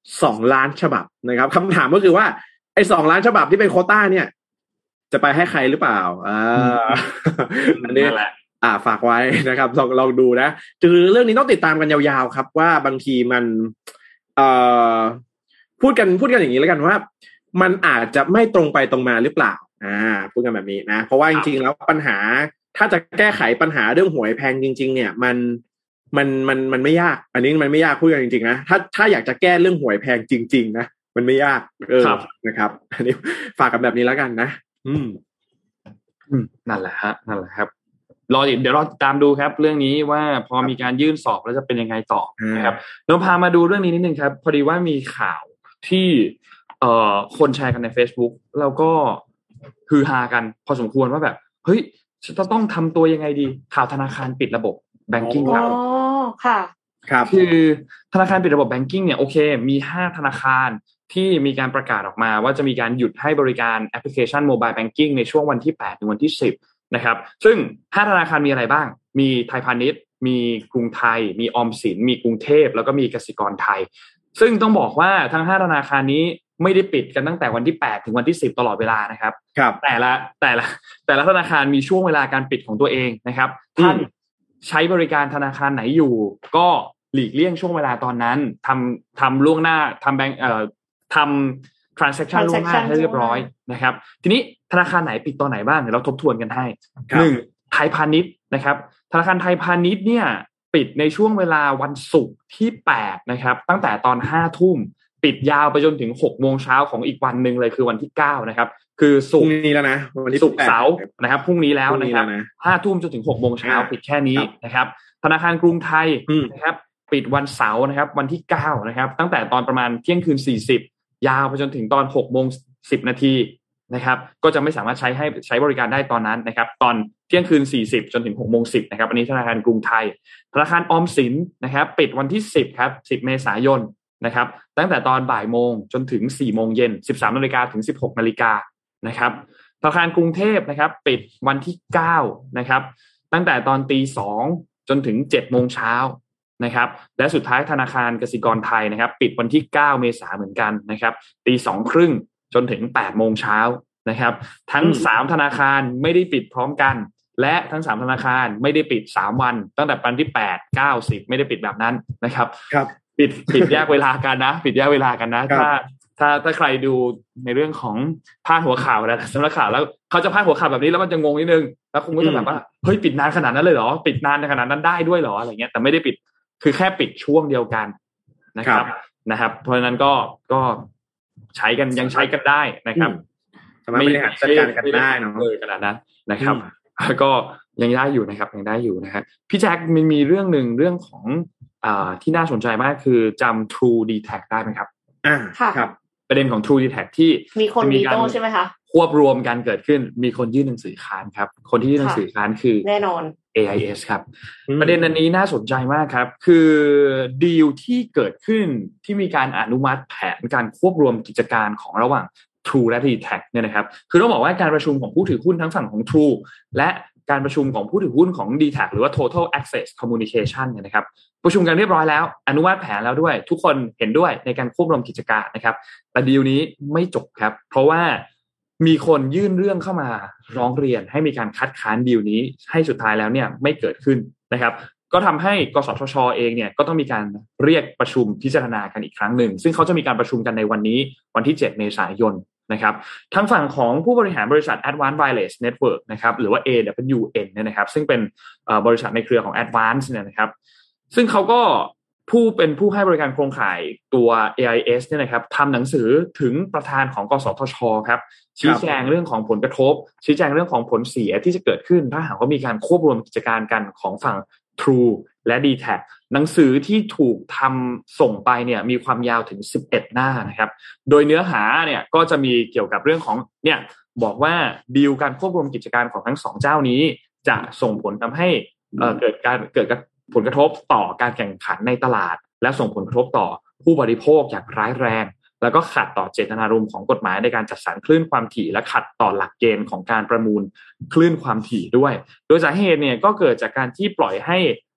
สองล้านฉบับนะครับคำถามก็คือว่าไอ้สองล้านฉบับที่เป็นโควต้าเนี่ยจะไปให้ใครหรือเปล่าอ่าอันนี้อ่าฝากไว้นะครับลองลองดูนะคือเรื่องนี้ต้องติดตามกันยาวๆครับว่าบางทีมันเอ่อพูดกันพูดกันอย่างนี้แล้วกันว่ามันอาจจะไม่ตรงไปตรงมาหรือเปล่าอ่าพูดกันแบบนี้นะเพราะว่าจริงๆแล้วปัญหาถ้าจะแก้ไขปัญหาเรื่องหวยแพงจริงๆเนี่ยมันมันมันมันไม่ยากอันนี้มันไม่ยากพูดกันจริงๆนะถ้าถ้าอยากจะแก้เรื่องหวยแพงจริงๆนะมันไม่ยากเออนะครับอันนี้ฝากกันแบบนี้แล้วกันนะอืมอืมนั่นแหละฮะนั่นแหละครับรอเดี๋ยวรอตามดูครับเรื่องนี้ว่าพอมีการยื่นสอบแล้วจะเป็นยังไงต่อนะครับเราพามาดูเรื่องนี้นิดนึงครับพอดีว่ามีข่าวที่เอ่อคนแชร์กันใน Facebook แล้วก็ฮือฮากันพอสมควรว่าแบบเฮ้ยจะต้องทำตัวยังไงดีข่าวธนาคารปิดระบบแบงกิ้งครับอ๋อค่ะครับคือธนาคารปิดระบบแบงกิ้งเนี่ยโอเคมีห้าธนาคารที่มีการประกาศออกมาว่าจะมีการหยุดให้บริการแอปพลิเคชันโมบายแบงกิ้งในช่วงวันที่แปดถึงวันที่สิบนะครับซึ่งห้าธนาคารมีอะไรบ้างมีไทยพาณิชย์มีกรุงไทยมีออมสินมีกรุงเทพแล้วก็มีกสิกรไทยซึ่งต้องบอกว่าทั้งห้าธนาคารนี้ไม่ได้ปิดกันตั้งแต่วันที่แปดถึงวันที่สิบตลอดเวลานะครับครับแต่ละแต่ละแต่ละธนาคารมีช่วงเวลาการปิดของตัวเองนะครับท่านใช้บริการธนาคารไหนอยู่ก็หลีกเลี่ยงช่วงเวลาตอนนั้นทำทำล่วงหน้าทำแบงก์เอ่อทำ transaction ล่วงหน้าให้เรียบร้อยนะครับทีนี้ธนาคารไหนปิดตอนไหนบ้างเดี๋ยวเราทบทวนกันให้หนึ่งไทยพาณิชย์นะครับธนาคารไทยพาณิชย์เนี่ยปิดในช่วงเวลาวันศุกร์ที่แปดนะครับตั้งแต่ตอนห้าทุ่มปิดยาวไปจนถึงหกโมงเช้าของอีกวันนึงเลยคือวันที่เก้านะครับคือศุกร์นี้แล้วนะวันที่ศุกร์เสาร์นะครับพรุ่งนี้แล้วนะครับห้าทุ่มจนถึงหกโมงเช้าปิดแค่นี้นะครับธนาคารกรุงไทยนะครับปิดวันเสาร์นะครับวันที่เก้านะครับตั้งแต่ตอนประมาณเที่ยงคืนสี่สิบยาวไปจนถึงตอนหกโมงสิบนาทีนะครับก็จะไม่สามารถใช้ให้ใช้บริการได้ตอนนั้นนะครับตอนเที่ยงคืนสี่สิบจนถึงหกโมงสิบนะครับอันนี้ธนาคารกรุงไทยธนาคารออมสินนะครับปิดวันที่สิบครับสิบเมษายนนะครับตั้งแต่ตอนบ่ายโมงจนถึงสี่โมงเย็นสิบสามนาฬิกาถึงสิบหกนาฬิกานะครับธนาคารกรุงเทพนะครับปิดวันที่เก้านะครับตั้งแต่ตอนตีสองจนถึงเจ็ดโมงเช้านะครับและสุดท้ายธนาคารกสิกรไทยนะครับปิดวันที่เก้าเมษายนเหมือนกันนะครับตีสองครึ่งจนถึงแปดโมงเช้านะครับทั้งสามธนาคารไม่ได้ปิดพร้อมกันและทั้งสามธนาคารไม่ได้ปิดสามวันตั้งแต่วันที่แปด เก้า สิบไม่ได้ปิดแบบนั้นนะครับครับปิดปิดแยกเวลากันนะปิดแยกเวลากันนะถ้าถ้าถ้าใครดูในเรื่องของพาดหัวข่าวแล้วสำนักข่าวแล้วเขาจะพาดหัวข่าวแบบนี้แล้วมันจะงงนิดนึงแล้วคงก็จะแบบว่าเฮ้ยปิดนานขนาดนั้นเลยเหรอปิดนานขนาดนั้นได้ด้วยเหรออะไรเงี้ยแต่ไม่ได้ปิดคือแค่ปิดช่วงเดียวกันนะครับนะครับเพราะฉะนั้นก็ก็ใช้กันยังใช้กันได้นะครับไม่ได้จัดการกันได้เนาะเลยขนาดนั้นนะครับก็ยังได้อยู่นะครับยังได้อยู่นะฮะพี่แจ็คมันมีเรื่องหนึ่งเรื่องของอ่าที่น่าสนใจมากคือจำ True ดี แท็ก ได้ไหมครับอ่าครับประเด็นของ True ดี แท็ก ที่มีคนมีโต้ใช่ไหมคะควบรวมกันเกิดขึ้นมีคนยื่นหนังสือค้านครับคนที่ยื่นหนังสือค้านคือแน่นอนเอ ไอ เอส ครับประเด็นอันนี้น่าสนใจมากครับคือดีลที่เกิดขึ้นที่มีการอนุมัติแผนการควบรวมกิจการของระหว่าง True และ ดี แท็ก เนี่ยนะครับคือต้องบอกว่าการประชุมของผู้ถือหุ้นทั้งฝั่งของ True และการประชุมของผู้ถือหุ้นของ ดี แท็ก หรือว่า Total Access Communication เนี่ยนะครับประชุมกันเรียบร้อยแล้วอนุมัติแผนแล้วด้วยทุกคนเห็นด้วยในการควบรวมกิจการนะครับแต่ดีลนี้ไม่จบครับเพราะว่ามีคนยื่นเรื่องเข้ามาร้องเรียนให้มีการคัดค้านดีลนี้ให้สุดท้ายแล้วเนี่ยไม่เกิดขึ้นนะครับก็ทำให้กสทช.เองเนี่ยก็ต้องมีการเรียกประชุมพิจารณากันอีกครั้งหนึ่งซึ่งเขาจะมีการประชุมกันในวันนี้วันที่เจ็ดเมษายนนะครับทางฝั่งของผู้บริหารบริษัท Advanced Wireless Network นะครับหรือว่า เอ ดับเบิลยู เอ็น เนี่ยนะครับซึ่งเป็นบริษัทในเครือของ Advanced เนี่ยนะครับซึ่งเขาก็ผู้เป็นผู้ให้บริการโครงข่ายตัว เอ ไอ เอส เนี่ยนะครับทำหนังสือถึงประธานของกสทช.ครับชี้แจงเรื่องของผลกระทบชี้แจงเรื่องของผลเสียที่จะเกิดขึ้นถ้าหากว่ามีการควบรวมกิจการกันของฝั่ง True และ ดี แท็ก หนังสือที่ถูกทำส่งไปเนี่ยมีความยาวถึงสิบเอ็ดหน้านะครับโดยเนื้อหาเนี่ยก็จะมีเกี่ยวกับเรื่องของเนี่ยบอกว่าดีลการควบรวมกิจการของทั้งสองเจ้านี้จะส่งผลทำให้เอ่อเกิดการเกิดผลกระทบต่อการแข่งขันในตลาดและส่งผลกระทบต่อผู้บริโภคอย่างร้ายแรงแล้วก็ขัดต่อเจตนารมณ์ของกฎหมายในการจัดสรรคลื่นความถี่และขัดต่อหลักเกณฑ์ของการประมูลคลื่นความถี่ด้วยโดยสาเหตุเนี่ยก็เกิดจากการที่ปล่อยให้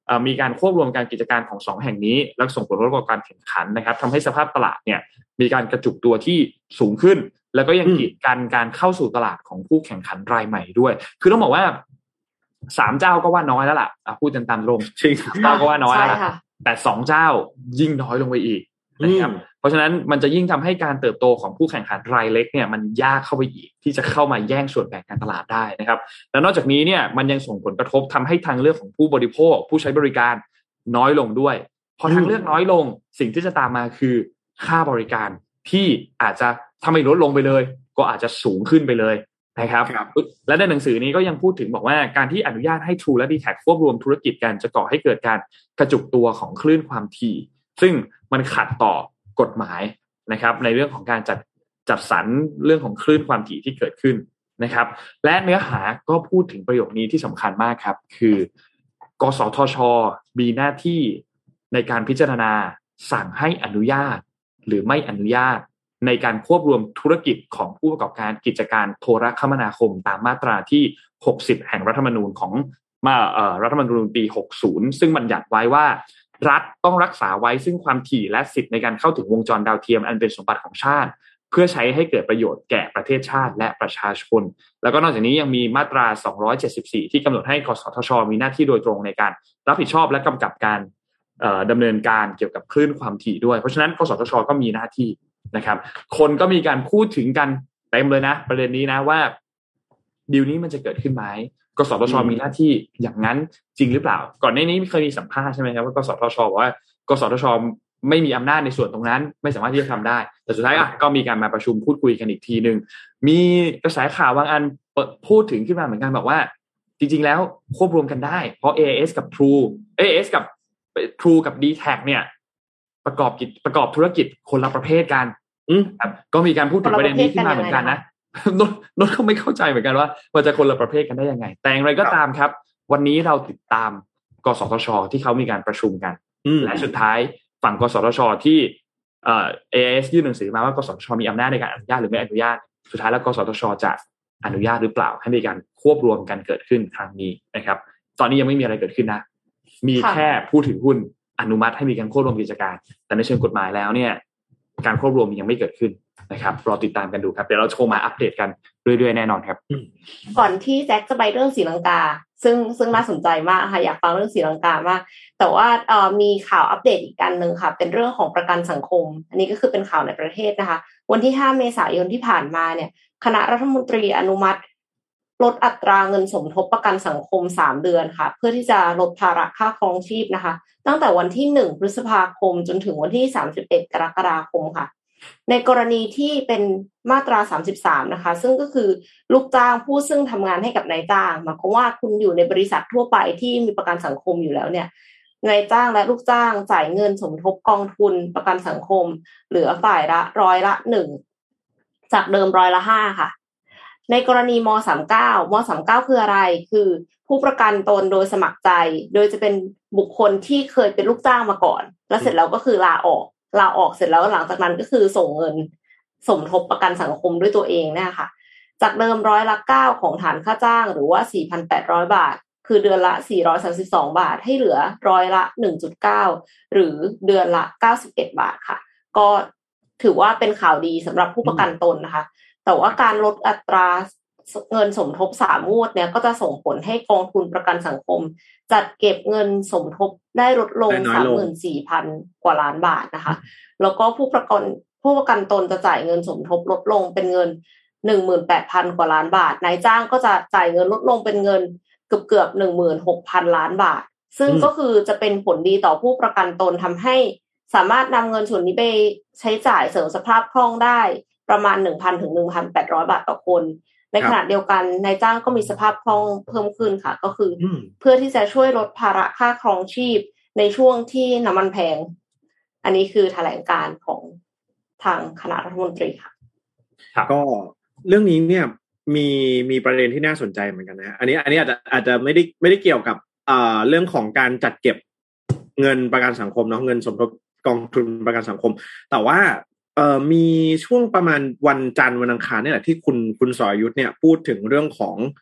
มีการควบรวมการกิจการของสองแห่งนี้และส่งผลกระทบต่อการแข่งขันนะครับทำให้สภาพตลาดเนี่ยมีการกระจุกตัวที่สูงขึ้นแล้วก็ยังกีดกันการเข้าสู่ตลาดของผู้แข่งขันรายใหม่ด้วยคือต้องบอกว่าสามเจ้าก็ว่าน้อยแล้วล่ะพูดกันตามตรงจริงเจ้าก็ว่าน้อยแล้วล่ะแต่สองเจ้ายิ่งน้อยลงไปอีกนะครับเพราะฉะนั้นมันจะยิ่งทำให้การเติบโตของผู้แข่งขันรายเล็กเนี่ยมันยากเข้าไปอีกที่จะเข้ามาแย่งส่วนแบ่งการตลาดได้นะครับแล้วนอกจากนี้เนี่ยมันยังส่งผลกระทบทำให้ทางเลือกของผู้บริโภคผู้ใช้บริการน้อยลงด้วยพอทางเลือกน้อยลงสิ่งที่จะตามมาคือค่าบริการที่อาจจะถ้าไม่ลดลงไปเลยก็อาจจะสูงขึ้นไปเลยนะครับและในหนังสือนี้ก็ยังพูดถึงบอกว่าการที่อนุญาตให้ True และ ดี แท็ก ควบรวมธุรกิจกันจะก่อให้เกิดการกระจุกตัวของคลื่นความถี่ซึ่งมันขัดต่อกฎหมายนะครับในเรื่องของการจัดจัดสรรเรื่องของคลื่นความถี่ที่เกิดขึ้นนะครับและเนื้อหาก็พูดถึงประโยคนี้ที่สำคัญมากครับคือกสทช.มีหน้าที่ในการพิจารณาสั่งให้อนุญาตหรือไม่อนุญาตในการควบรวมธุรกิจของผู้ประกอบการกิจการโทรคมนาคมตามมาตราที่หกสิบแห่งรัฐธรรมนูญของมาเอ่อรัฐธรรมนูญปีหกสิบซึ่งบัญญัติไว้ว่ารัฐต้องรักษาไว้ซึ่งความถี่และสิทธิในการเข้าถึงวงจรดาวเทียมอันเป็นสมบัติของชาติเพื่อใช้ให้เกิดประโยชน์แก่ประเทศชาติและประชาชนแล้วก็นอกจากนี้ยังมีมาตราสองร้อยเจ็ดสิบสี่ที่กำหนดให้กสทช.มีหน้าที่โดยตรงในการรับผิดชอบและกำกับการดำเนินการเกี่ยวกับคลื่นความถี่ด้วยเพราะฉะนั้นกสทช.ก็มีหน้าที่นะครับคนก็มีการพูดถึงกันเต็มเลยนะประเด็นนี้นะว่าดีลนี้มันจะเกิดขึ้นไหมกสทช.มีหน้าที่อย่างนั้นจริงหรือเปล่าก่อนหน้านี้เคยมีสัมภาษณ์ใช่ไหมครับว่ากสทช.บอกว่ากสทช.ไม่มีอำนาจในส่วนตรงนั้นไม่สามารถที่จะทำได้แต่สุดท้ายอ่ะก็มีการมาประชุมพูดคุยกันอีกทีนึงมีกระแสข่าวบางอันพูดถึงขึ้นมาเหมือนกันบอกว่าจริงๆแล้วควบรวมกันได้เพราะ เอ เอ เอส กับ True เอ เอ เอส กับ True กับ ดี แท็ก เนี่ยประกอบกิจประกอบธุรกิจคนละประเภทกันครับก็มีการพูดถึงประเด็นนี้ขึ้นมาเหมือนกันนะนนนนก็ไม่เข้าใจเหมือนกันว่าว่าจะคนละประเภทกันได้ยังไงแต่อย่างไรก็ตามครับวันนี้เราติดตามกสทช.ที่เขามีการประชุมกันและสุดท้ายฝั่งกสทช.ที่เอ่อ เอ เอ เอส ยื่นหนังสือมาว่ากสทช.มีอำนาจในการอนุญาตหรือไม่อนุญาตสุดท้ายแล้วกสทช.จะอนุญาตหรือเปล่าให้มีการควบรวมกันเกิดขึ้นครั้งนี้นะครับตอนนี้ยังไม่มีอะไรเกิดขึ้นนะมีแค่ผู้ถือหุ้นอนุมัติให้มีการควบรวมกิจการแต่ในเชิงกฎหมายแล้วเนี่ยการควบรวมยังไม่เกิดขึ้นนะครับรอติดตามกันดูครับเดี๋ยวเราโชว์มาอัปเดตกันเรื่อยๆแน่นอนครับก่อนที่แจ็คจะไปเรื่องศรีลังกาซึ่งซึ่งน่าสนใจมากค่ะอยากฟังเรื่องศรีลังกามากแต่ว่าเอ่อมีข่าวอัปเดตอีกอันนึงค่ะเป็นเรื่องของประกันสังคมอันนี้ก็คือเป็นข่าวในประเทศนะคะวันที่ห้าเมษายนที่ผ่านมาเนี่ยคณะรัฐมนตรีอนุมัติลดอัตราเงินสมทบประกันสังคมสามเดือนค่ะเพื่อที่จะลดภาระค่าครองชีพนะคะตั้งแต่วันที่หนึ่งพฤษภาคมจนถึงวันที่สามสิบเอ็ดกรกฎาคมค่ะในกรณีที่เป็นมาตราสามสิบสามนะคะซึ่งก็คือลูกจ้างผู้ซึ่งทำงานให้กับนายจ้างหมายความว่าคุณอยู่ในบริษัททั่วไปที่มีประกันสังคมอยู่แล้วเนี่ยนายจ้างและลูกจ้างจ่ายเงินสมทบกองทุนประกันสังคมเหลือฝ่ายละร้อยละหนึ่งจากเดิมร้อยละห้าค่ะในกรณีม.สามสิบเก้า ม.สามสิบเก้าคืออะไรคือผู้ประกันตนโดยสมัครใจโดยจะเป็นบุคคลที่เคยเป็นลูกจ้างมาก่อนแล้วเสร็จแล้วก็คือลาออกลาออกเสร็จแล้วหลังจากนั้นก็คือส่งเงินสมทบประกันสังคมด้วยตัวเองนะคะจากเดิมร้อยละเก้าของฐานค่าจ้างหรือว่า สี่พันแปดร้อย บาทคือเดือนละสี่ร้อยสามสิบสองบาทให้เหลือร้อยละ หนึ่งจุดเก้า หรือเดือนละเก้าสิบเอ็ดบาทค่ะก็ถือว่าเป็นข่าวดีสำหรับผู้ประกันตนนะคะแต่ว่าการลดอัตราเงินสมทบสามงวดเนี่ยก็จะส่งผลให้กองทุนประกันสังคมจัดเก็บเงินสมทบได้ลดลง สามหมื่นสี่พัน กว่าล้านบาทนะคะแล้วก็ผู้ประกันผู้ประกันตนจะจ่ายเงินสมทบลดลงเป็นเงิน หนึ่งหมื่นแปดพัน กว่าล้านบาทนายจ้างก็จะจ่ายเงินลดลงเป็นเงินเกือบๆ หนึ่งหมื่นหกพัน ล้านบาทซึ่งก็คือจะเป็นผลดีต่อผู้ประกันตนทำให้สามารถนำเงินส่วนนี้ไปใช้จ่ายเสริมสภาพคล่องได้ประมาณ หนึ่งพัน ถึง หนึ่งพันแปดร้อย บาทต่อคนในขณะเดียวกันนายจ้างก็มีสภาพคล่องเพิ่มขึ้นค่ะก็คือเพื่อที่จะช่วยลดภาระค่าครองชีพในช่วงที่น้ำมันแพงอันนี้คือแถลงการของทางคณะรัฐมนตรีค่ะก็เรื่องนี้เนี่ยมีมีประเด็นที่น่าสนใจเหมือนกันนะอันนี้อันนี้อาจจะอาจจะไม่ได้ไม่ได้เกี่ยวกับอ่าเรื่องของการจัดเก็บเงินประกันสังคมเนาะเงินสมทบกองทุนประกันสังคมแต่ว่าเอ่อมีช่วงประมาณวันจันทร์วันอังคารนี่แหละที่คุณคุณสรยุทธเนี่ยพูดถึงเรื่องของ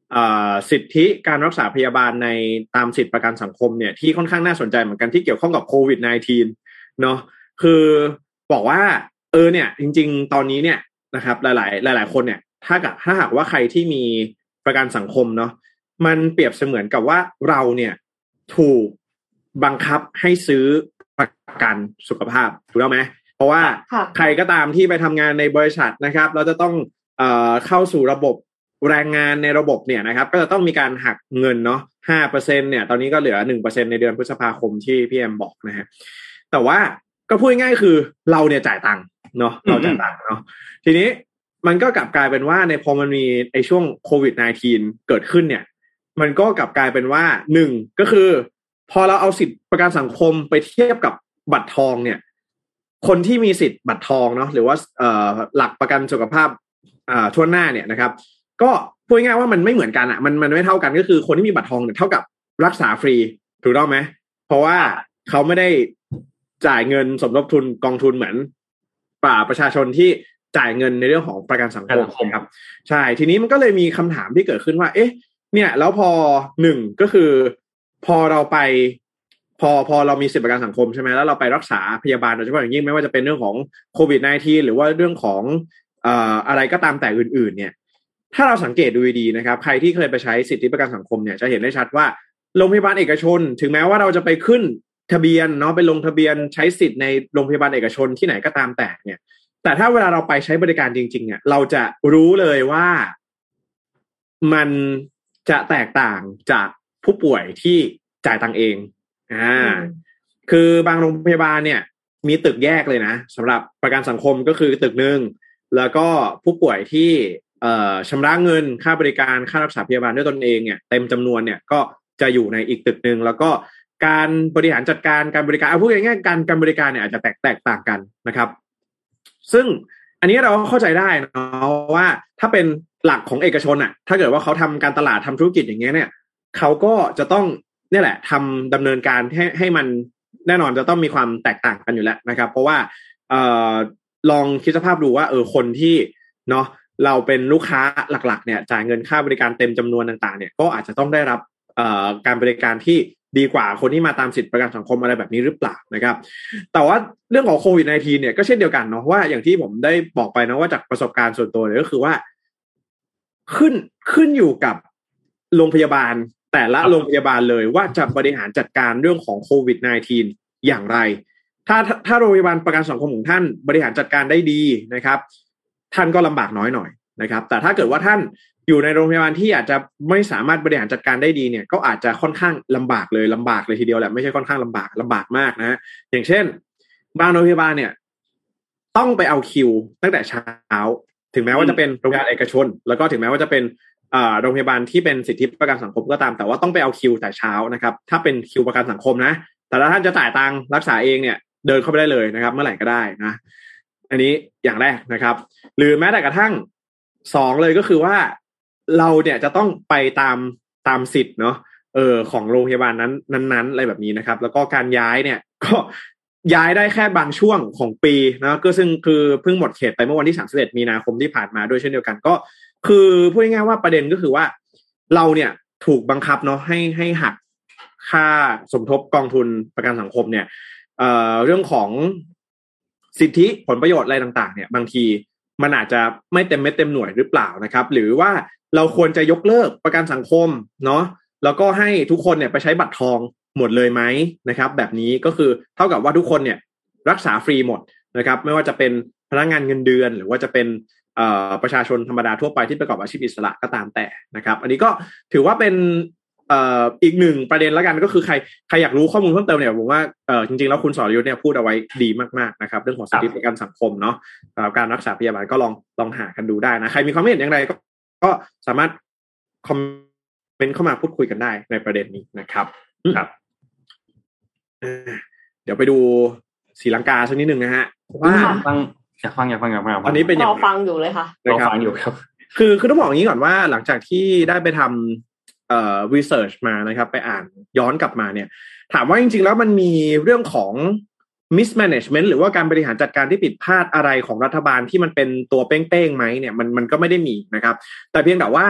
สิทธิการรักษาพยาบาลในตามสิทธิประกันสังคมเนี่ยที่ค่อนข้างน่าสนใจเหมือนกันที่เกี่ยวข้องกับโควิด สิบเก้า เนาะคือบอกว่าเออเนี่ยจริงๆตอนนี้เนี่ยนะครับหลายๆหลายๆคนเนี่ยถ้ากับถ้าหากว่าใครที่มีประกันสังคมเนาะมันเปรียบเสมือนกับว่าเราเนี่ยถูกบังคับให้ซื้อประกันสุขภาพถูกต้องไหมเพราะว่าใครก็ตามที่ไปทำงานในบริษัทนะครับเราจะต้องเอ่อเข้าสู่ระบบแรงงานในระบบเนี่ยนะครับก็จะต้องมีการหักเงินเนาะ ห้าเปอร์เซ็นต์ เนี่ยตอนนี้ก็เหลือ หนึ่งเปอร์เซ็นต์ ในเดือนพฤษภาคมที่พี่แอมบอกนะฮะแต่ว่าก็พูดง่ายๆคือเราเนี่ยจ่ายตังค์เนาะเราจ่ายตังค์เนาะทีนี้มันก็กลับกลายเป็นว่าในพอมันมีไอ้ช่วงโควิด สิบเก้า เกิดขึ้นเนี่ยมันก็กลับกลายเป็นว่าหนึ่งก็คือพอเราเอาสิทธิประกันสังคมไปเทียบกับบัตรทองเนี่ยคนที่มีสิทธิ์บัตรทองเนาะหรือว่าเอ่อหลักประกันสุขภาพอ่าทั่วหน้าเนี่ยนะครับก็พูดง่ายๆว่ามันไม่เหมือนกันอ่ะมันมันไม่เท่ากันก็คือคนที่มีบัตรทองเนี่ยเท่ากับรักษาฟรีถูกต้องไหมเพราะว่าเขาไม่ได้จ่ายเงินสมทบทุนกองทุนเหมือนป่าประชาชนที่จ่ายเงินในเรื่องของประกันสังคมครับใช่ทีนี้มันก็เลยมีคำถามที่เกิดขึ้นว่าเอ๊ะเนี่ยแล้วพอหนึ่งก็คือพอเราไปพอพอเรามีสิทธิประกันสังคมใช่ไหมแล้วเราไปรักษาพยาบาลโดยเฉพาะอย่างยิ่งไม่ว่าจะเป็นเรื่องของโควิด สิบเก้า หรือว่าเรื่องของเอ่ออะไรก็ตามแต่อื่นๆเนี่ยถ้าเราสังเกตดูดีๆนะครับใครที่เคยไปใช้สิทธิประกันสังคมเนี่ยจะเห็นได้ชัดว่าโรงพยาบาลเอกชนถึงแม้ว่าเราจะไปขึ้นทะเบียนเนาะไปลงทะเบียนใช้สิทธิ์ในโรงพยาบาลเอกชนที่ไหนก็ตามแต่เนี่ยแต่ถ้าเวลาเราไปใช้บริการจริงๆเนี่ยเราจะรู้เลยว่ามันจะแตกต่างจากผู้ป่วยที่จ่ายตังค์เองอ่าคือบางโรงพยาบาลเนี่ยมีตึกแยกเลยนะสำหรับประกันสังคมก็คือตึกนึงแล้วก็ผู้ป่วยที่เอ่อชำระเงินค่าบริการค่ารักษาพยาบาลด้วยตนเองเนี่ยเต็มจำนวนเนี่ยก็จะอยู่ในอีกตึกนึงแล้วก็การบริหารจัดการการบริการเอาพูดง่ายๆการการบริการเนี่ยอาจจะแตกแตกต่างกันนะครับซึ่งอันนี้เราเข้าใจได้เนาะว่าถ้าเป็นหลักของเอกชนอ่ะถ้าเกิดว่าเขาทำการตลาดทำธุรกิจอย่างเงี้ยเนี่ยเขาก็จะต้องนี่แหละทำดำเนินการให้ให้มันแน่นอนจะต้องมีความแตกต่างกันอยู่แล้วนะครับเพราะว่าเอ่อลองคิดสภาพดูว่าเออคนที่เนาะเราเป็นลูกค้าหลักๆเนี่ยจ่ายเงินค่าบริการเต็มจำนวนต่างๆเนี่ยก็อาจจะต้องได้รับเอ่อการบริการที่ดีกว่าคนที่มาตามสิทธิประกันสังคมอะไรแบบนี้หรือเปล่านะครับแต่ว่าเรื่องของโควิด สิบเก้า เนี่ยก็เช่นเดียวกันเนาะว่าอย่างที่ผมได้บอกไปนะว่าจากประสบการณ์ส่วนตัวเลยก็คือว่าขึ้นขึ้นอยู่กับโรงพยาบาลแต่ละโรงพยาบาลเลยว่าจะบริหารจัดการเรื่องของโควิด สิบเก้า อย่างไรถ้าถ้าโรงพยาบาลประกันสังคมของท่านบริหารจัดการได้ดีนะครับท่านก็ลำบากน้อยหน่อยนะครับแต่ถ้าเกิดว่าท่านอยู่ในโรงพยาบาลที่อาจจะไม่สามารถบริหารจัดการได้ดีเนี่ยก็อาจจะค่อนข้างลำบากเลยลำบากเลยทีเดียวแหละไม่ใช่ค่อนข้างลำบากลำบากมากนะอย่างเช่นบางโรงพยาบาลเนี่ยต้องไปเอาคิวตั้งแต่เช้าถึงแม้ว่าจะเป็นโรงพยาบาลเอกชนแล้วก็ถึงแม้ว่าจะเป็นโรงพยาบาลที่เป็นสิทธิประกันสังคมก็ตามแต่ว่าต้องไปเอาคิวแต่เช้านะครับถ้าเป็นคิวประกันสังคมนะแต่ถ้าท่านจะจ่ายตังค์รักษาเองเนี่ยเดินเข้าไปได้เลยนะครับเมื่อไหร่ก็ได้นะอันนี้อย่างแรกนะครับหรือแม้แต่กระทั่งสองเลยก็คือว่าเราเนี่ยจะต้องไปตามตามสิทธิ์เนาะเออของโรงพยาบาลนั้นนั้นๆอะไรแบบนี้นะครับแล้วก็การย้ายเนี่ยก็ย้ายได้แค่บางช่วงของปีนะก็ซึ่งคือเพิ่งหมดเขตไปเมื่อวันที่สามสิบเอ็ดมีนาคมที่ผ่านมาด้วยเช่นเดียวกันก็คือพูดง่ายๆว่าประเด็นก็คือว่าเราเนี่ยถูกบังคับเนาะให้ให้หักค่าสมทบกองทุนประกันสังคมเนี่ยเอ่อเรื่องของสิทธิผลประโยชน์อะไรต่างๆเนี่ยบางทีมันอาจจะไม่เต็มเม็ดเต็มหน่วยหรือเปล่านะครับหรือว่าเราควรจะยกเลิกประกันสังคมเนาะแล้วก็ให้ทุกคนเนี่ยไปใช้บัตรทองหมดเลยไหมนะครับแบบนี้ก็คือเท่ากับว่าทุกคนเนี่ยรักษาฟรีหมดนะครับไม่ว่าจะเป็นพนักงานเงินเดือนหรือว่าจะเป็นประชาชนธรรมดาทั่วไปที่ประกอบอาชีพอิสระก็ตามแต่นะครับอันนี้ก็ถือว่าเป็นอีกหนึ่งประเด็นแล้วกันก็คือใครใครอยากรู้ข้อมูลเพิ่มเติมเนี่ยผมว่าจริงๆแล้วคุณสรยุทธเนี่ยพูดเอาไว้ดีมากๆนะครับเรื่องของสิทธิประกันสังคมเนาะการรักษาพยาบาลก็ลองลองหากันดูได้นะใครมีความเห็นอย่างไรก็ก็สามารถคอมเมนต์เข้ามาพูดคุยกันได้ในประเด็นนี้นะครับครับเดี๋ยวไปดูศรีลังกาสักนิดนึงนะฮะว่าฟังอยากฟังอยากฟังอยากฟังอันนี้เป็นอย่างรอฟังอยู่เลยค่ะรอฟังอยู่ครับคือคือต้องบอกอย่างนี้ก่อนว่าหลังจากที่ได้ไปทำเอ่อ research มานะครับไปอ่านย้อนกลับมาเนี่ยถามว่าจริงๆแล้วมันมีเรื่องของ mismanagement หรือว่าการบริหารจัดการที่ผิดพลาดอะไรของรัฐบาลที่มันเป็นตัวเป้งๆไหมเนี่ยมันมันก็ไม่ได้มีนะครับแต่เพียงแต่ว่า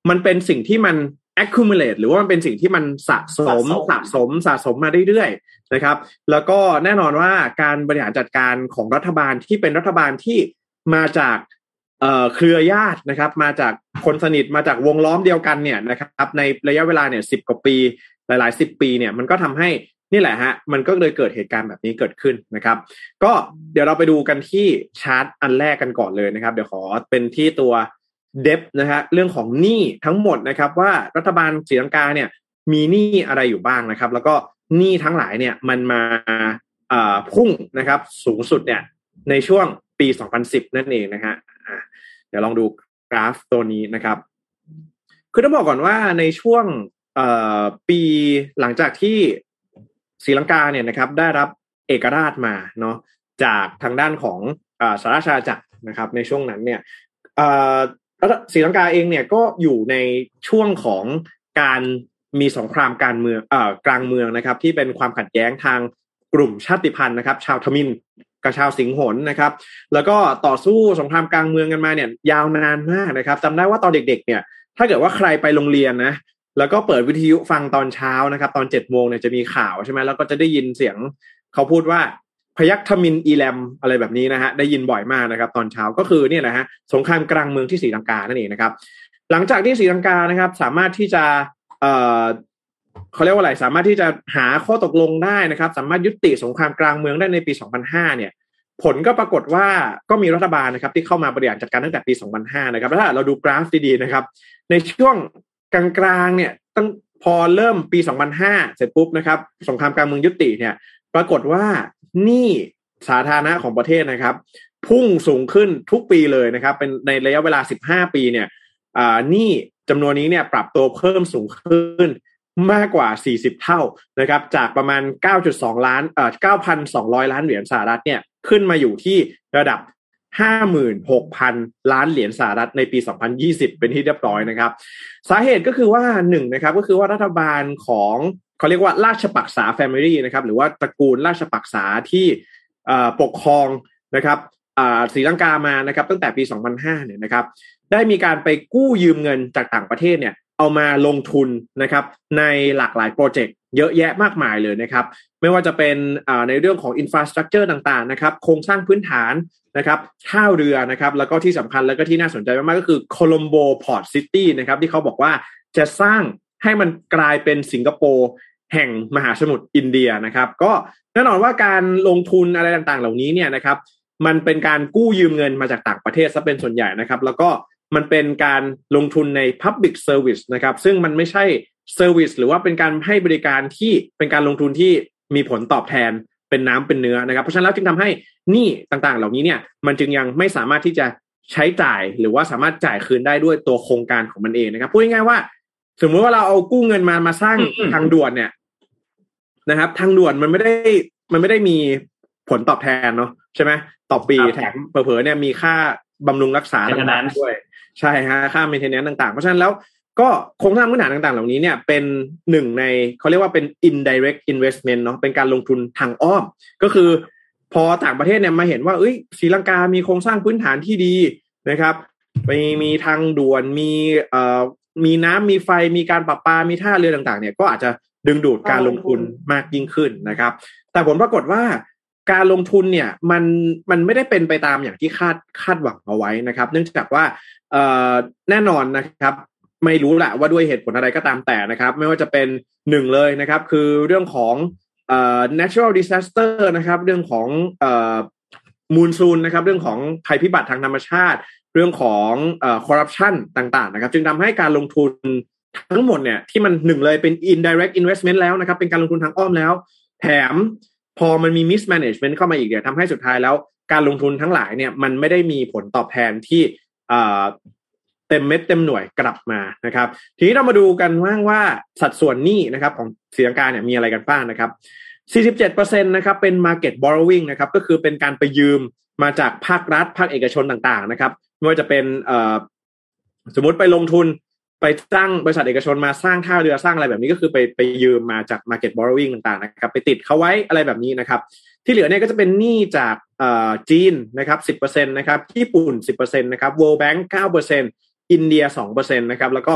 มันเป็นสิ่งที่มัน accumulate หรือว่ามันเป็นสิ่งที่มันสะสมสะสมสะสมมาเรื่อยๆนะครับแล้วก็แน่นอนว่าการบริหารจัดการของรัฐบาลที่เป็นรัฐบาลที่มาจากเอ่อเครือญาตินะครับมาจากคนสนิทมาจากวงล้อมเดียวกันเนี่ยนะครับในระยะเวลาเนี่ยสิบกว่าปีหลายๆสิบปีเนี่ยมันก็ทำให้นี่แหละฮะมันก็เลยเกิดเหตุการณ์แบบนี้เกิดขึ้นนะครับก็เดี๋ยวเราไปดูกันที่ชาร์ตอันแรกกันก่อนเลยนะครับเดี๋ยวขอเป็นที่ตัวเดบนะฮะเรื่องของหนี้ทั้งหมดนะครับว่ารัฐบาลศรีลังกาเนี่ยมีหนี้อะไรอยู่บ้างนะครับแล้วก็หนี้ทั้งหลายเนี่ยมันมาอ่าพุ่งนะครับสูงสุดเนี่ยในช่วงปีสองพันสิบนั่นเองนะฮะอ่าเดี๋ยวลองดูกราฟตัวนี้นะครับคือต้องบอกก่อนว่าในช่วงเอ่อปีหลังจากที่ศรีลังกาเนี่ยนะครับได้รับเอกราชมาเนาะจากทางด้านของอ่าสหราชอาณาจักรนะครับในช่วงนั้นเนี่ยอ่าศรีลังกาเองเนี่ยก็อยู่ในช่วงของการมีสงครามการเมืองเอ่อกลางเมืองนะครับที่เป็นความขัดแย้งทางกลุ่มชาติพันธุ์นะครับชาวทมิฬกับชาวสิงหนนะครับแล้วก็ต่อสู้สงครามกลางเมืองกันมาเนี่ยยาวนานมากนะครับจำได้ว่าตอนเด็กๆเนี่ยถ้าเกิดว่าใครไปโรงเรียนนะแล้วก็เปิดวิทยุฟังตอนเช้านะครับตอนเจ็ดโมงเนี่ยจะมีข่าวใช่ไหมแล้วก็จะได้ยินเสียงเขาพูดว่าพยัคฆ์ทมิฬอีแลมอะไรแบบนี้นะฮะได้ยินบ่อยมากนะครับตอนเช้าก็คือเนี่ยแหละฮะสงครามกลางเมืองที่ศรีลังกานั่นเองนะครับหลังจากที่ศรีลังกานะครับสามารถที่จะเอ่อเขาเรียกว่าอะไรสามารถที่จะหาข้อตกลงได้นะครับสามารถยุติสงครามกลางเมืองได้ในปีสองพันห้าเนี่ยผลก็ปรากฏว่าก็มีรัฐบาลนะครับที่เข้ามาบริหารจัดการตั้งแต่ปีสองพันห้านะครับแล้วถ้าเราดูกราฟดีๆนะครับในช่วงกลางๆเนี่ยตั้งพอเริ่มปีสองพันห้าเสร็จปุ๊บนะครับสงครามกลางเมืองยุติเนี่ยปรากฏว่าหนี้สาธารณะของประเทศนะครับพุ่งสูงขึ้นทุกปีเลยนะครับเป็นในระยะเวลาสิบห้าปีเนี่ยอ่าหนี้จำนวนนี้เนี่ยปรับตัวเพิ่มสูงขึ้นมากกว่าสี่สิบเท่านะครับจากประมาณ เก้าจุดสอง ล้านเอ่อ เก้าพันสองร้อย ล้านเหรียญสหรัฐเนี่ยขึ้นมาอยู่ที่ระดับ ห้าหมื่นหกพัน ล้านเหรียญสหรัฐในปีสองพันยี่สิบเป็นที่เรียบร้อยนะครับสาเหตุก็คือว่าหนึ่งนะครับก็คือว่ารัฐบาลของเขาเรียกว่าราชปักษา Family นะครับหรือว่าตระกูลราชปักษาที่ปกครองนะครับศรีลังกามานะครับตั้งแต่ปีสองพันห้าเนี่ยนะครับได้มีการไปกู้ยืมเงินจากต่างประเทศเนี่ยเอามาลงทุนนะครับในหลากหลายโปรเจกต์เยอะแยะมากมายเลยนะครับไม่ว่าจะเป็นในเรื่องของอินฟราสตรัคเจอร์ต่างๆนะครับโครงสร้างพื้นฐานนะครับท่าเรือนะครับแล้วก็ที่สำคัญแล้วก็ที่น่าสนใจมากๆก็คือโคลัมโบพอร์ตซิตี้นะครับที่เขาบอกว่าจะสร้างให้มันกลายเป็นสิงคโปร์แห่งมหาสมุทรอินเดียนะครับก็แน่นอนว่าการลงทุนอะไรต่างๆเหล่านี้เนี่ยนะครับมันเป็นการกู้ยืมเงินมาจากต่างประเทศซะเป็นส่วนใหญ่นะครับแล้วก็มันเป็นการลงทุนใน Public Service นะครับซึ่งมันไม่ใช่ Service หรือว่าเป็นการให้บริการที่เป็นการลงทุนที่มีผลตอบแทนเป็นน้ำเป็นเนื้อนะครับเพราะฉะนั้นแล้วจึงทำให้หนี้ต่างๆเหล่านี้เนี่ยมันจึงยังไม่สามารถที่จะใช้จ่ายหรือว่าสามารถจ่ายคืนได้ด้วยตัวโครงการของมันเองนะครับพูดง่ายๆว่าสมมติว่าเราเอากู้เงินมามาสร้างทางด่วนเนี่ยนะครับทางด่วนมันไม่ได้มันไม่ได้มีผลตอบแทนเนาะใช่ไหมต่อปีแถมเผลอๆเนี่ยมีค่าบำรุงรักษาต่างๆด้วยใช่ฮะค่า maintenance ต่างๆเพราะฉะนั้นแล้วก็โครงสร้างพื้นฐานต่างๆเหล่านี้เนี่ยเป็นหนึ่งในเขาเรียกว่าเป็น indirect investment เนาะเป็นการลงทุนทางอ้อมก็คือพอต่างประเทศเนี่ยมาเห็นว่าเอ้ยศรีลังกามีโครงสร้างพื้นฐานที่ดีนะครับมีมีทางด่วนมีเอ่อมีน้ำมีไฟมีการประปามีท่าเรือต่างๆเนี่ยก็อาจจะดึงดูดการลงทุนมากยิ่งขึ้นนะครับแต่ผลปรากฏว่าการลงทุนเนี่ยมันมันไม่ได้เป็นไปตามอย่างที่คาดคาดหวังเอาไว้นะครับเนื่องจากว่าเอ่อแน่นอนนะครับไม่รู้แหละว่าด้วยเหตุผลอะไรก็ตามแต่นะครับไม่ว่าจะเป็นหนึ่งเลยนะครับคือเรื่องของเอ่อ natural disaster นะครับเรื่องของเอ่อมูนซูนนะครับเรื่องของภัยพิบัติทางธรรมชาติเรื่องของเอ่อ corruption ต่างๆนะครับจึงทำให้การลงทุนทั้งหมดเนี่ยที่มันหนึ่งเลยเป็น indirect investment แล้วนะครับเป็นการลงทุนทางอ้อมแล้วแถมพอมันมี mismanagement เข้ามาอีกเนี่ยทำให้สุดท้ายแล้วการลงทุนทั้งหลายเนี่ยมันไม่ได้มีผลตอบแทนที่เอ่อเต็มเม็ดเต็มหน่วยกลับมานะครับทีนี้เรามาดูกันว่าว่าสัดส่วนหนี้นะครับของศรีลังกาเนี่ยมีอะไรกันบ้างนะครับ สี่สิบเจ็ดเปอร์เซ็นต์ นะครับเป็น market borrowing นะครับก็คือเป็นการไปยืมมาจากภาครัฐภาคเอกชนต่างๆนะครับไม่ว่าจะเป็นเอ่อสมมุติไปลงทุนไปสร้างบริษัทเอกชนมาสร้างท่าเรือสร้างอะไรแบบนี้ก็คือไปไปยืมมาจาก market borrowing ต่างๆนะครับไปติดเขาไว้อะไรแบบนี้นะครับที่เหลือเนี่ยก็จะเป็นหนี้จากเอ่อจีนนะครับ สิบเปอร์เซ็นต์ นะครับญี่ปุ่น สิบเปอร์เซ็นต์ นะครับ World Bank เก้าเปอร์เซ็นต์ อินเดีย สองเปอร์เซ็นต์ นะครับแล้วก็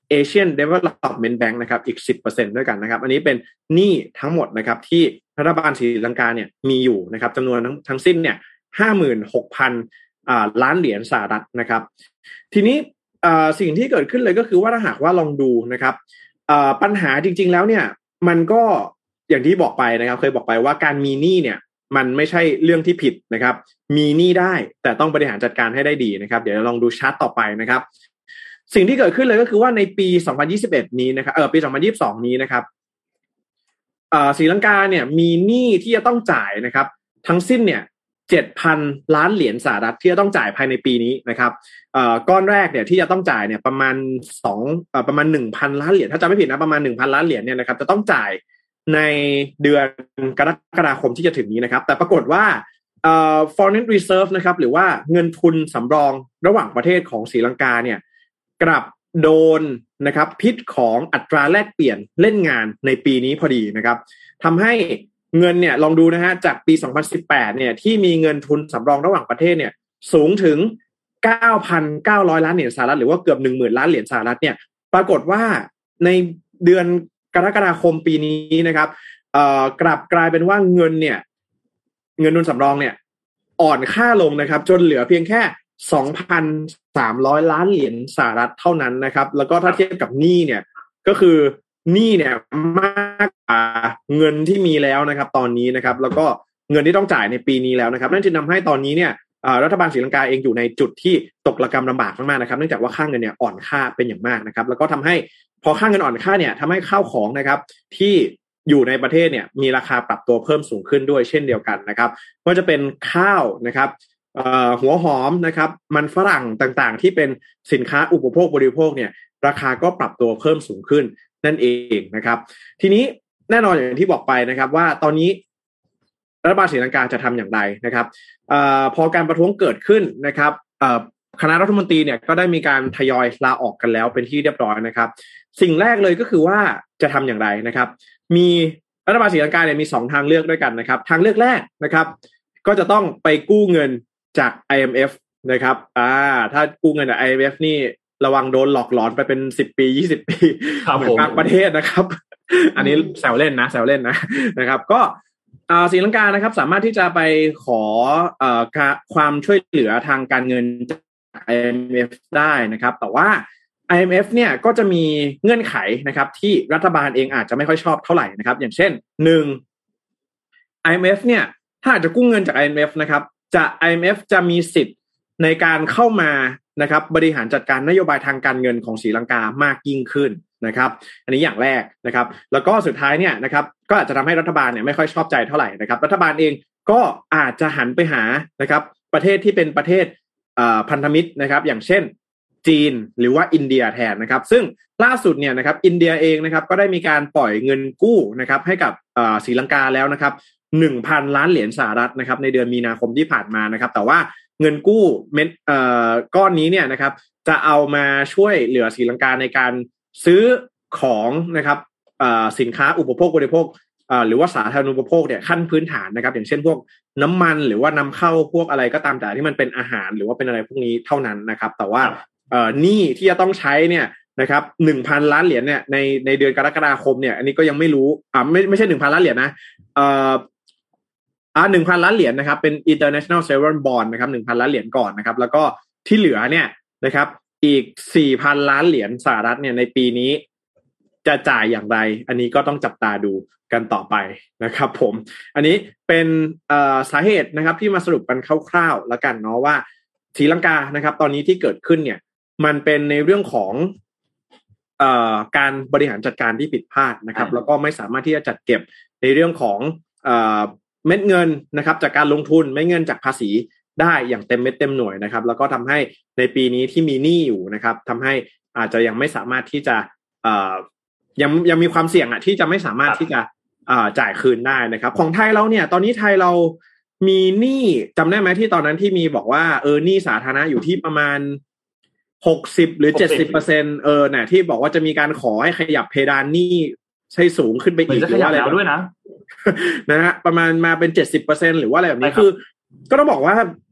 Asian Development Bank นะครับอีก สิบเปอร์เซ็นต์ ด้วยกันนะครับอันนี้เป็นหนี้ทั้งหมดนะครับที่รัฐบาลศรีลังกาเนี่ยมีอยู่นะครับจำนวนทั้งทั้งสิ้นเนี่ย ห้าหมื่นหกพัน อ่าล้านเหรียญสหรัฐนะครับทีนี้อ่าสิ่งที่เกิดขึ้นเลยก็คือว่าถ้าหากว่าลองดูนะครับอ่าปัญหาจริงๆแล้วเนี่ยมันก็อย่างที่บอกไปนะครับเคยบอกไปว่าการมีหนี้เนี่ยมันไม่ใช่เรื่องที่ผิดนะครับมีหนี้ได้แต่ต้องบริหารจัดการให้ได้ดีนะครับเดี๋ยวลองดูชาร์ตต่อไปนะครับสิ่งที่เกิดขึ้นเลยก็คือว่าในปีสองพันยี่สิบเอ็ดนี้นะครับเออปีสองพันยี่สิบสองนี้นะครับเอ่อศรีลังกาเนี่ยมีหนี้ที่จะต้องจ่ายนะครับทั้งสิ้นเนี่ย เจ็ดพัน ล้านเหรียญสหรัฐที่จะต้องจ่ายภายในปีนี้นะครับเอ่อก้อนแรกเนี่ยที่จะต้องจ่ายเนี่ยประมาณสองเอ่อประมาณ หนึ่งพัน ล้านเหรียญถ้าจำไม่ผิดนะประมาณ หนึ่งพัน ล้านเหรียญเนี่ยนะครับจะต้องจ่ายในเดือนกรกฎาคมที่จะถึงนี้นะครับแต่ปรากฏว่าเอ่อ foreign reserve นะครับหรือว่าเงินทุนสำรองระหว่างประเทศของศรีลังกาเนี่ยกลับโดนนะครับพิษของอัตราแลกเปลี่ยนเล่นงานในปีนี้พอดีนะครับทำให้เงินเนี่ยลองดูนะฮะจากปีสองพันสิบแปดเนี่ยที่มีเงินทุนสำรองระหว่างประเทศเนี่ยสูงถึง เก้าพันเก้าร้อย ล้านเหรียญสหรัฐหรือว่าเกือบ หนึ่งหมื่น ล้านเหรียญสหรัฐเนี่ยปรากฏว่าในเดือนกรกฎาคมปีนี้นะครับเอ่อกลับกลายเป็นว่าเงินเนี่ยเงินทุนสำรองเนี่ยอ่อนค่าลงนะครับจนเหลือเพียงแค่ สองพันสามร้อย ล้านเหรียญสหรัฐเท่านั้นนะครับแล้วก็ถ้าเทียบกับหนี้เนี่ยก็คือหนี้เนี่ยมากกว่าเงินที่มีแล้วนะครับตอนนี้นะครับแล้วก็เงินที่ต้องจ่ายในปีนี้แล้วนะครับนั่นจึงทำให้ตอนนี้เนี่ยรัฐบาลศรีลังกาเองอยู่ในจุดที่ตกระกำลำบากมากๆนะครับเนื่องจากว่าค่าเงินเนี่ยอ่อนค่าเป็นอย่างมากนะครับแล้วก็ทำให้พอค่าเงินอ่อนค่าเนี่ยทำให้ข้าวของนะครับที่อยู่ในประเทศเนี่ยมีราคาปรับตัวเพิ่มสูงขึ้นด้วยเช่นเดียวกันนะครับว่าจะเป็นข้าวนะครับหัวหอมนะครับมันฝรั่งต่างๆที่เป็นสินค้าอุปโภคบริโภคเนี่ยราคาก็ปรับตัวเพิ่มสูงขึ้นนั่นเองนะครับทีนี้แน่นอนอย่างที่บอกไปนะครับว่าตอนนี้รัฐบาลศรีลังกาจะทำอย่างไรนะครับเอ่อพอการประท้วงเกิดขึ้นนะครับเอ่อคณะรัฐมนตรีเนี่ยก็ได้มีการทยอยลาออกกันแล้วเป็นที่เรียบร้อยนะครับสิ่งแรกเลยก็คือว่าจะทำอย่างไรนะครับมีรัฐบาลศรีลังกาเนี่ยมีสองทางเลือกด้วยกันนะครับทางเลือกแรกนะครับก็จะต้องไปกู้เงินจาก ไอ เอ็ม เอฟ นะครับอ่าถ้ากู้เงินจาก ไอ เอ็ม เอฟ นี่ระวังโดนหลอกหลอนไปเป็นสิบปียี่สิบปีเหมือนบางประเทศนะครับอันนี้แซวเล่นนะแซวเล่นนะนะครับก็อ่าศรีลังกานะครับสามารถที่จะไปขอเอ่อความช่วยเหลือทางการเงินจาก ไอ เอ็ม เอฟ ได้นะครับแต่ว่า ไอ เอ็ม เอฟ เนี่ยก็จะมีเงื่อนไขนะครับที่รัฐบาลเองอาจจะไม่ค่อยชอบเท่าไหร่นะครับอย่างเช่นหนึ่ง ไอ เอ็ม เอฟ เนี่ยถ้าอาจจะกู้เงินจาก ไอ เอ็ม เอฟ นะครับจะ ไอ เอ็ม เอฟ จะมีสิทธิ์ในการเข้ามานะครับบริหารจัดการนโยบายทางการเงินของศรีลังกามากยิ่งขึ้นนะครับอันนี้อย่างแรกนะครับแล้วก็สุดท้ายเนี่ยนะครับก็อาจจะทำให้รัฐบาลเนี่ยไม่ค่อยชอบใจเท่าไหร่นะครับรัฐบาลเองก็อาจจะหันไปหานะครับประเทศที่เป็นประเทศพันธมิตรนะครับอย่างเช่นจีนหรือว่าอินเดียแทนนะครับซึ่งล่าสุดเนี่ยนะครับอินเดียเองนะครับก็ได้มีการปล่อยเงินกู้นะครับให้กับศรีลังกาแล้วนะครับ หนึ่งพัน ล้านเหรียญสหรัฐนะครับในเดือนมีนาคมที่ผ่านมานะครับแต่ว่าเงินกู้เม็ดเอ่อก้อนนี้เนี่ยนะครับจะเอามาช่วยเหลือศรีลังกาในการซื้อของนะครับเอ่อสินค้าอุปโภคบริโภคเอ่อหรือว่าสาธารณูปโภคเนี่ยขั้นพื้นฐานนะครับอย่างเช่นพวกน้ำมันหรือว่านำเข้าพวกอะไรก็ตามแต่ที่มันเป็นอาหารหรือว่าเป็นอะไรพวกนี้เท่านั้นนะครับแต่ว่าเอ่อหนี้ที่จะต้องใช้เนี่ยนะครับ หนึ่งพัน ล้านเหรียญเนี่ยในในเดือนกรกฎาคมเนี่ยอันนี้ก็ยังไม่รู้อ่าไม่ไม่ใช่ หนึ่งพัน ล้านเหรียญนะเอ่ออ่า หนึ่งพัน ล้านเหรียญนะครับเป็น International Sovereign Bond นะครับ หนึ่งพัน ล้านเหรียญก่อนนะครับแล้วก็ที่เหลือเนี่ยนะครับอีก สี่พัน ล้านเหรียญสหรัฐเนี่ยในปีนี้จะจ่ายอย่างไรอันนี้ก็ต้องจับตาดูกันต่อไปนะครับผมอันนี้เป็นเอ่อสาเหตุนะครับที่มาสรุปกันคร่าวๆแล้วกันเนาะว่าศรีลังกานะครับตอนนี้ที่เกิดขึ้นเนี่ยมันเป็นในเรื่องของเอ่อการบริหารจัดการที่ผิดพลาดนะครับแล้วก็ไม่สามารถที่จะจัดเก็บในเรื่องของเอ่อเม็ดเงินนะครับจากการลงทุนเม็ดเงินจากภาษีได้อย่างเต็มเม็ดเต็มหน่วยนะครับแล้วก็ทำให้ในปีนี้ที่มีหนี้อยู่นะครับทำให้อาจจะยังไม่สามารถที่จะเอ่อยังยังมีความเสี่ยงอ่ะที่จะไม่สามารถที่จะเอ่อจ่ายคืนได้นะครับของไทยเราเนี่ยตอนนี้ไทยเรามีหนี้จำได้ไหมที่ตอนนั้นที่มีบอกว่าเออหนี้สาธารณะอยู่ที่ประมาณหกสิบหรือ เจ็ดสิบเปอร์เซ็นต์ เออน่ะที่บอกว่าจะมีการขอให้ขยับเพดานหนี้ให้สูงขึ้นไปอีกหรือว่าอะไรด้วยนะนะฮะประมาณมาเป็น เจ็ดสิบเปอร์เซ็นต์ หรือว่าอะไรแบบนี้คือก็ต้องบอกว่า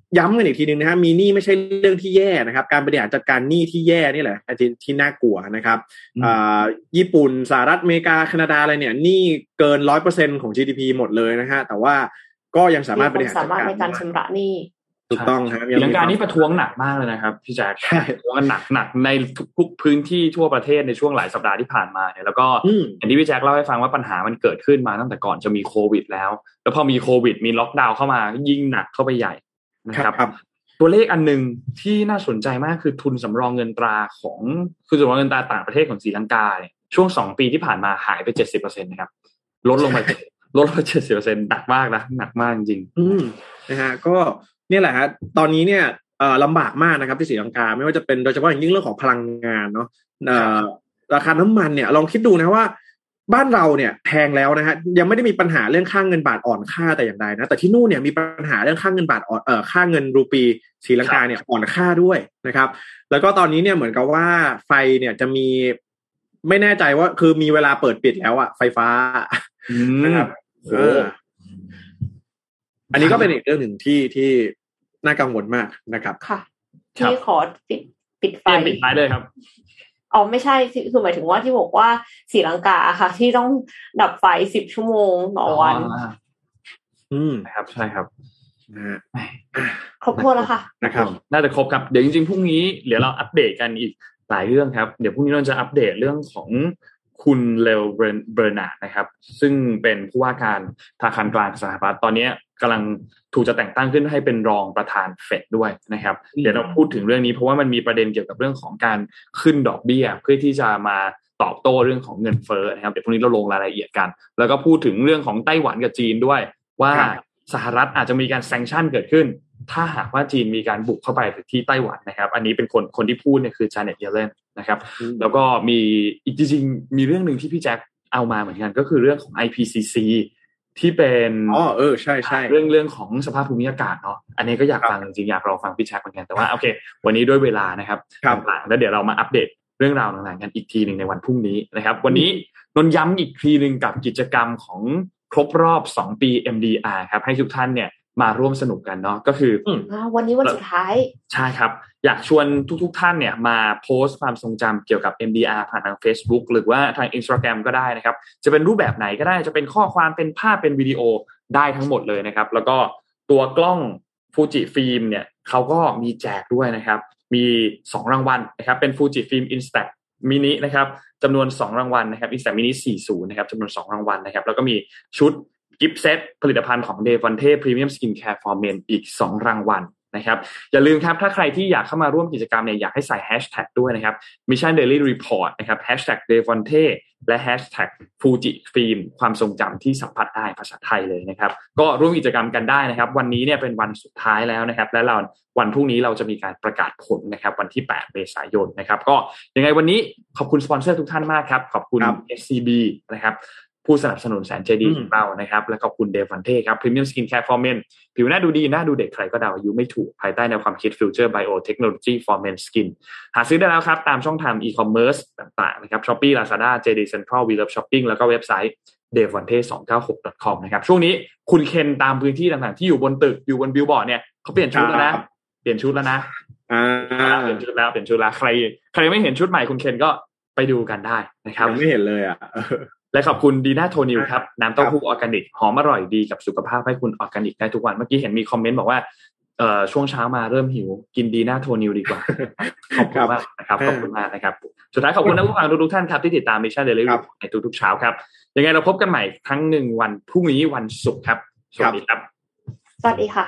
ย้ำกันอีกทีนึงนะฮะมีหนี้ไม่ใช่เรื่องที่แย่นะครับการบริหารจัดการหนี้ที่แย่นี่แหละที่ที่น่ากลัวนะครับอ่าญี่ปุ่นสหรัฐอเมริกาแคนาดาอะไรเนี่ยหนี้เกิน ร้อยเปอร์เซ็นต์ ของ จี ดี พี หมดเลยนะฮะแต่ว่าก็ยังสามารถบริหารจัดการในการชำระหนี้ถูกต้องครับศรีลังกานี่ประท้วงหนักมากเลยนะครับพี่แจ๊คประท้วงกันหนักหนักในทุกพื้นที่ทั่วประเทศในช่วงหลายสัปดาห์ที่ผ่านมาเนี่ยแล้วก็อย่างที่พี่แจ๊คเล่าให้ฟังว่าปัญหามันเกิดขึ้นมาตั้งแต่ก่อนจะมีโควิดแล้วแล้วพอมีโควิดมีล็อกดาวน์เข้ามายิ่งหนักเข้าไปใหญ่นะครับตัวเลขอันนึงที่น่าสนใจมากคือทุนสำรองเงินตราของคือสำรองเงินตราต่างประเทศของศรีลังกาเนี่ยช่วงสองปีที่ผ่านมาหายไป เจ็ดสิบเปอร์เซ็นต์ นะครับลดลงไปลดลงไป เจ็ดสิบเปอร์เซ็นต์ หนักมากนะหนักมากจริงอืมนะฮะก็เนี่ยแหละฮะตอนนี้เนี่ยเอ่อลำบากมากนะครับที่ศรีลังกาไม่ว่าจะเป็นโดยเฉพาะอย่างยิ่งเรื่องของพลังงานเนาะเอ่อราคาน้ำมันเนี่ยลองคิดดูนะว่าบ้านเราเนี่ยแพงแล้วนะฮะยังไม่ได้มีปัญหาเรื่องค่าเงินบาทอ่อนค่าแต่อย่างใดนะแต่ที่นู่นเนี่ยมีปัญหาเรื่องค่าเงินบาทอ่อนเอ่อค่าเงินรูปีศรีลังกาเนี่ยอ่อนค่าด้วยนะครับแล้วก็ตอนนี้เนี่ยเหมือนกับว่าไฟเนี่ยจะมีไม่แน่ใจว่าคือมีเวลาเปิดปิดแล้วอะไฟฟ้านะครับโอ้อันนี้ก็เป็นอีกเรื่องหนึ่งที่ที่น่ากังวลมากนะครับค่ะที่ขอปิดปิดไฟปิดไฟเลยครับอ๋อไม่ใช่คือหมายถึงว่าที่บอกว่าศรีลังกาค่ะที่ต้องดับไฟสิบชั่วโมงต่อวันอืมครับใช่ครับครบถ้วนแล้วค่ะนะครับน่าจะครบครับเดี๋ยวจริงๆพรุ่งนี้เดี๋ยวเราอัปเดตกันอีกหลายเรื่องครับเดี๋ยวพรุ่งนี้เราจะอัปเดตเรื่องของคุณเลวเบอร์นาร์ดนะครับซึ่งเป็นผู้ว่าการธนาคารกลางสหรัฐตอนนี้กำลังถูกจะแต่งตั้งขึ้นให้เป็นรองประธานเฟดด้วยนะครับเดี๋ยวเราพูดถึงเรื่องนี้เพราะว่ามันมีประเด็นเกี่ยวกับเรื่องของการขึ้นดอกเบี้ยเพื่อที่จะมาตอบโต้เรื่องของเงินเฟ้อนะครับเดี๋ยวพรุ่งนี้เราลงรายละเอียดกันแล้วก็พูดถึงเรื่องของไต้หวันกับจีนด้วยว่าสหรัฐอาจจะมีการแซงชั่นเกิดขึ้นถ้าหากว่าจีนมีการบุกเข้าไปที่ไต้หวันนะครับอันนี้เป็นคนคนที่พูดเนี่ยคือจาเน็ตเยเลนนะครับแล้วก็มีอีกจริงๆมีเรื่องนึงที่พี่แจ็คเอามาเหมือนกันก็คือเรื่องของ ไอ พี ซี ซี ที่เป็นอ๋อเออใช่ๆเรื่องเรื่องของสภาพภูมิอากาศเนาะอันนี้ก็อยากฟังจริงๆอยากรอฟังพี่แจ็คเหมือนกันแต่ว่าโอเควันนี้ด้วยเวลานะครับต่างๆแล้วเดี๋ยวเรามาอัปเดตเรื่องราวต่างๆกันอีกทีนึงในวันพรุ่งนี้นะครับวันนี้นนย้ำอีกทีนึงกับกิจกรรมของครบรอบสองปี เอ็ม ดี อาร์ ครับให้ทุกท่านเนี่ยมาร่วมสนุกกันเนาะก็คือวันนี้วันสุดท้ายใช่ครับอยากชวนทุกๆท่านเนี่ยมาโพสต์ความทรงจำเกี่ยวกับ เอ็ม ดี อาร์ ผ่านทาง Facebook หรือว่าทาง Instagram ก็ได้นะครับจะเป็นรูปแบบไหนก็ได้จะเป็นข้อความเป็นภาพเป็นวิดีโอได้ทั้งหมดเลยนะครับแล้วก็ตัวกล้อง Fuji Film เนี่ยเขาก็มีแจกด้วยนะครับมีสองรางวัลนะครับเป็น Fuji Film Instax Mini นะครับจำนวนสองรางวัลนะครับ Instax Mini สี่สิบนะครับจำนวนสองรางวัลนะครับแล้วก็มีชุดกิฟต์เซตผลิตภัณฑ์ของ Devonte Premium Skin Care for Men อีกสองรางวัลนะครับอย่าลืมครับถ้าใครที่อยากเข้ามาร่วมกิจกรรมเนี่ยอยากให้ใส่แฮชแท็กด้วยนะครับ Mission Daily Report นะครับ แฮชแท็ก Devonte และ แฮชแท็ก Fuji Film ความทรงจำที่สัมผัสได้ภาษาไทยเลยนะครับก็ร่วมกิจกรรมกันได้นะครับวันนี้เนี่ยเป็นวันสุดท้ายแล้วนะครับและเราวันพรุ่งนี้เราจะมีการประกาศผลนะครับวันที่แปดเมษายนนะครับก็ยังไงวันนี้ขอบคุณสปอนเซอร์ทุกท่านมากครับขอบคุณ เอส ซี บี นะครับผู้สนับสนุนแสนใจดีของเรานะครับและขอบคุณ Devonte ครับ Premium Skin Care for Men ผิวหน้าดูดีหน้าดูเด็กใครก็เดาอายุไม่ถูกภายใต้แนวความคิด Future Biotechnology for Men Skin หาซื้อได้แล้วครับตามช่องทาง e-commerce ต่างๆนะครับ Shopee Lazada เจ ดี Central We Love Shopping แล้วก็เว็บไซต์ เดฟอนเทสองเก้าหก ดอท คอม นะครับช่วงนี้คุณเคนตามพื้นที่ต่างๆที่อยู่บนตึกอยู่บนบิลบอร์ดเนี่ยเขาเปลี่ยนชุดแล้วนะเปลี่ยนชุดแล้วนะอ่าเปลี่ยนชุดแล้วเปลี่ยนชุดแล้วใครใครไม่เห็นชุดใหม่คุณเคนก็ไปดูกันได้นะครับไม่เห็นเลยอ่ะและขอบคุณดีน่าโทนิวครับน้ำเต้าหู้ออร์แกนิกหอมอร่อยดีกับสุขภาพให้คุณออร์แกนิกได้ทุกวันเมื่อกี้เห็นมีคอมเมนต์บอกว่าเอ่อช่วงเช้ามาเริ่มหิวกินดีน่าโทนิวดีกว่าขอบคุณมากนะครับขอบคุณมากนะครับสุดท้ายขอบคุณนักผู้ฟังทุกท่านครับที่ติดตาม Mission Daily ในทุกๆเช้าครับยังไงเราพบกันใหม่ครั้งหนึ่งวันพรุ่งนี้วันศุกร์ครับสวัสดีครับสวัสดีค่ะ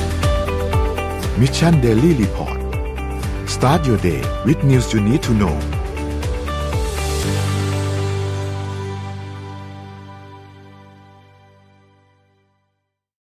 Mission Daily Report Start your day with news you need to know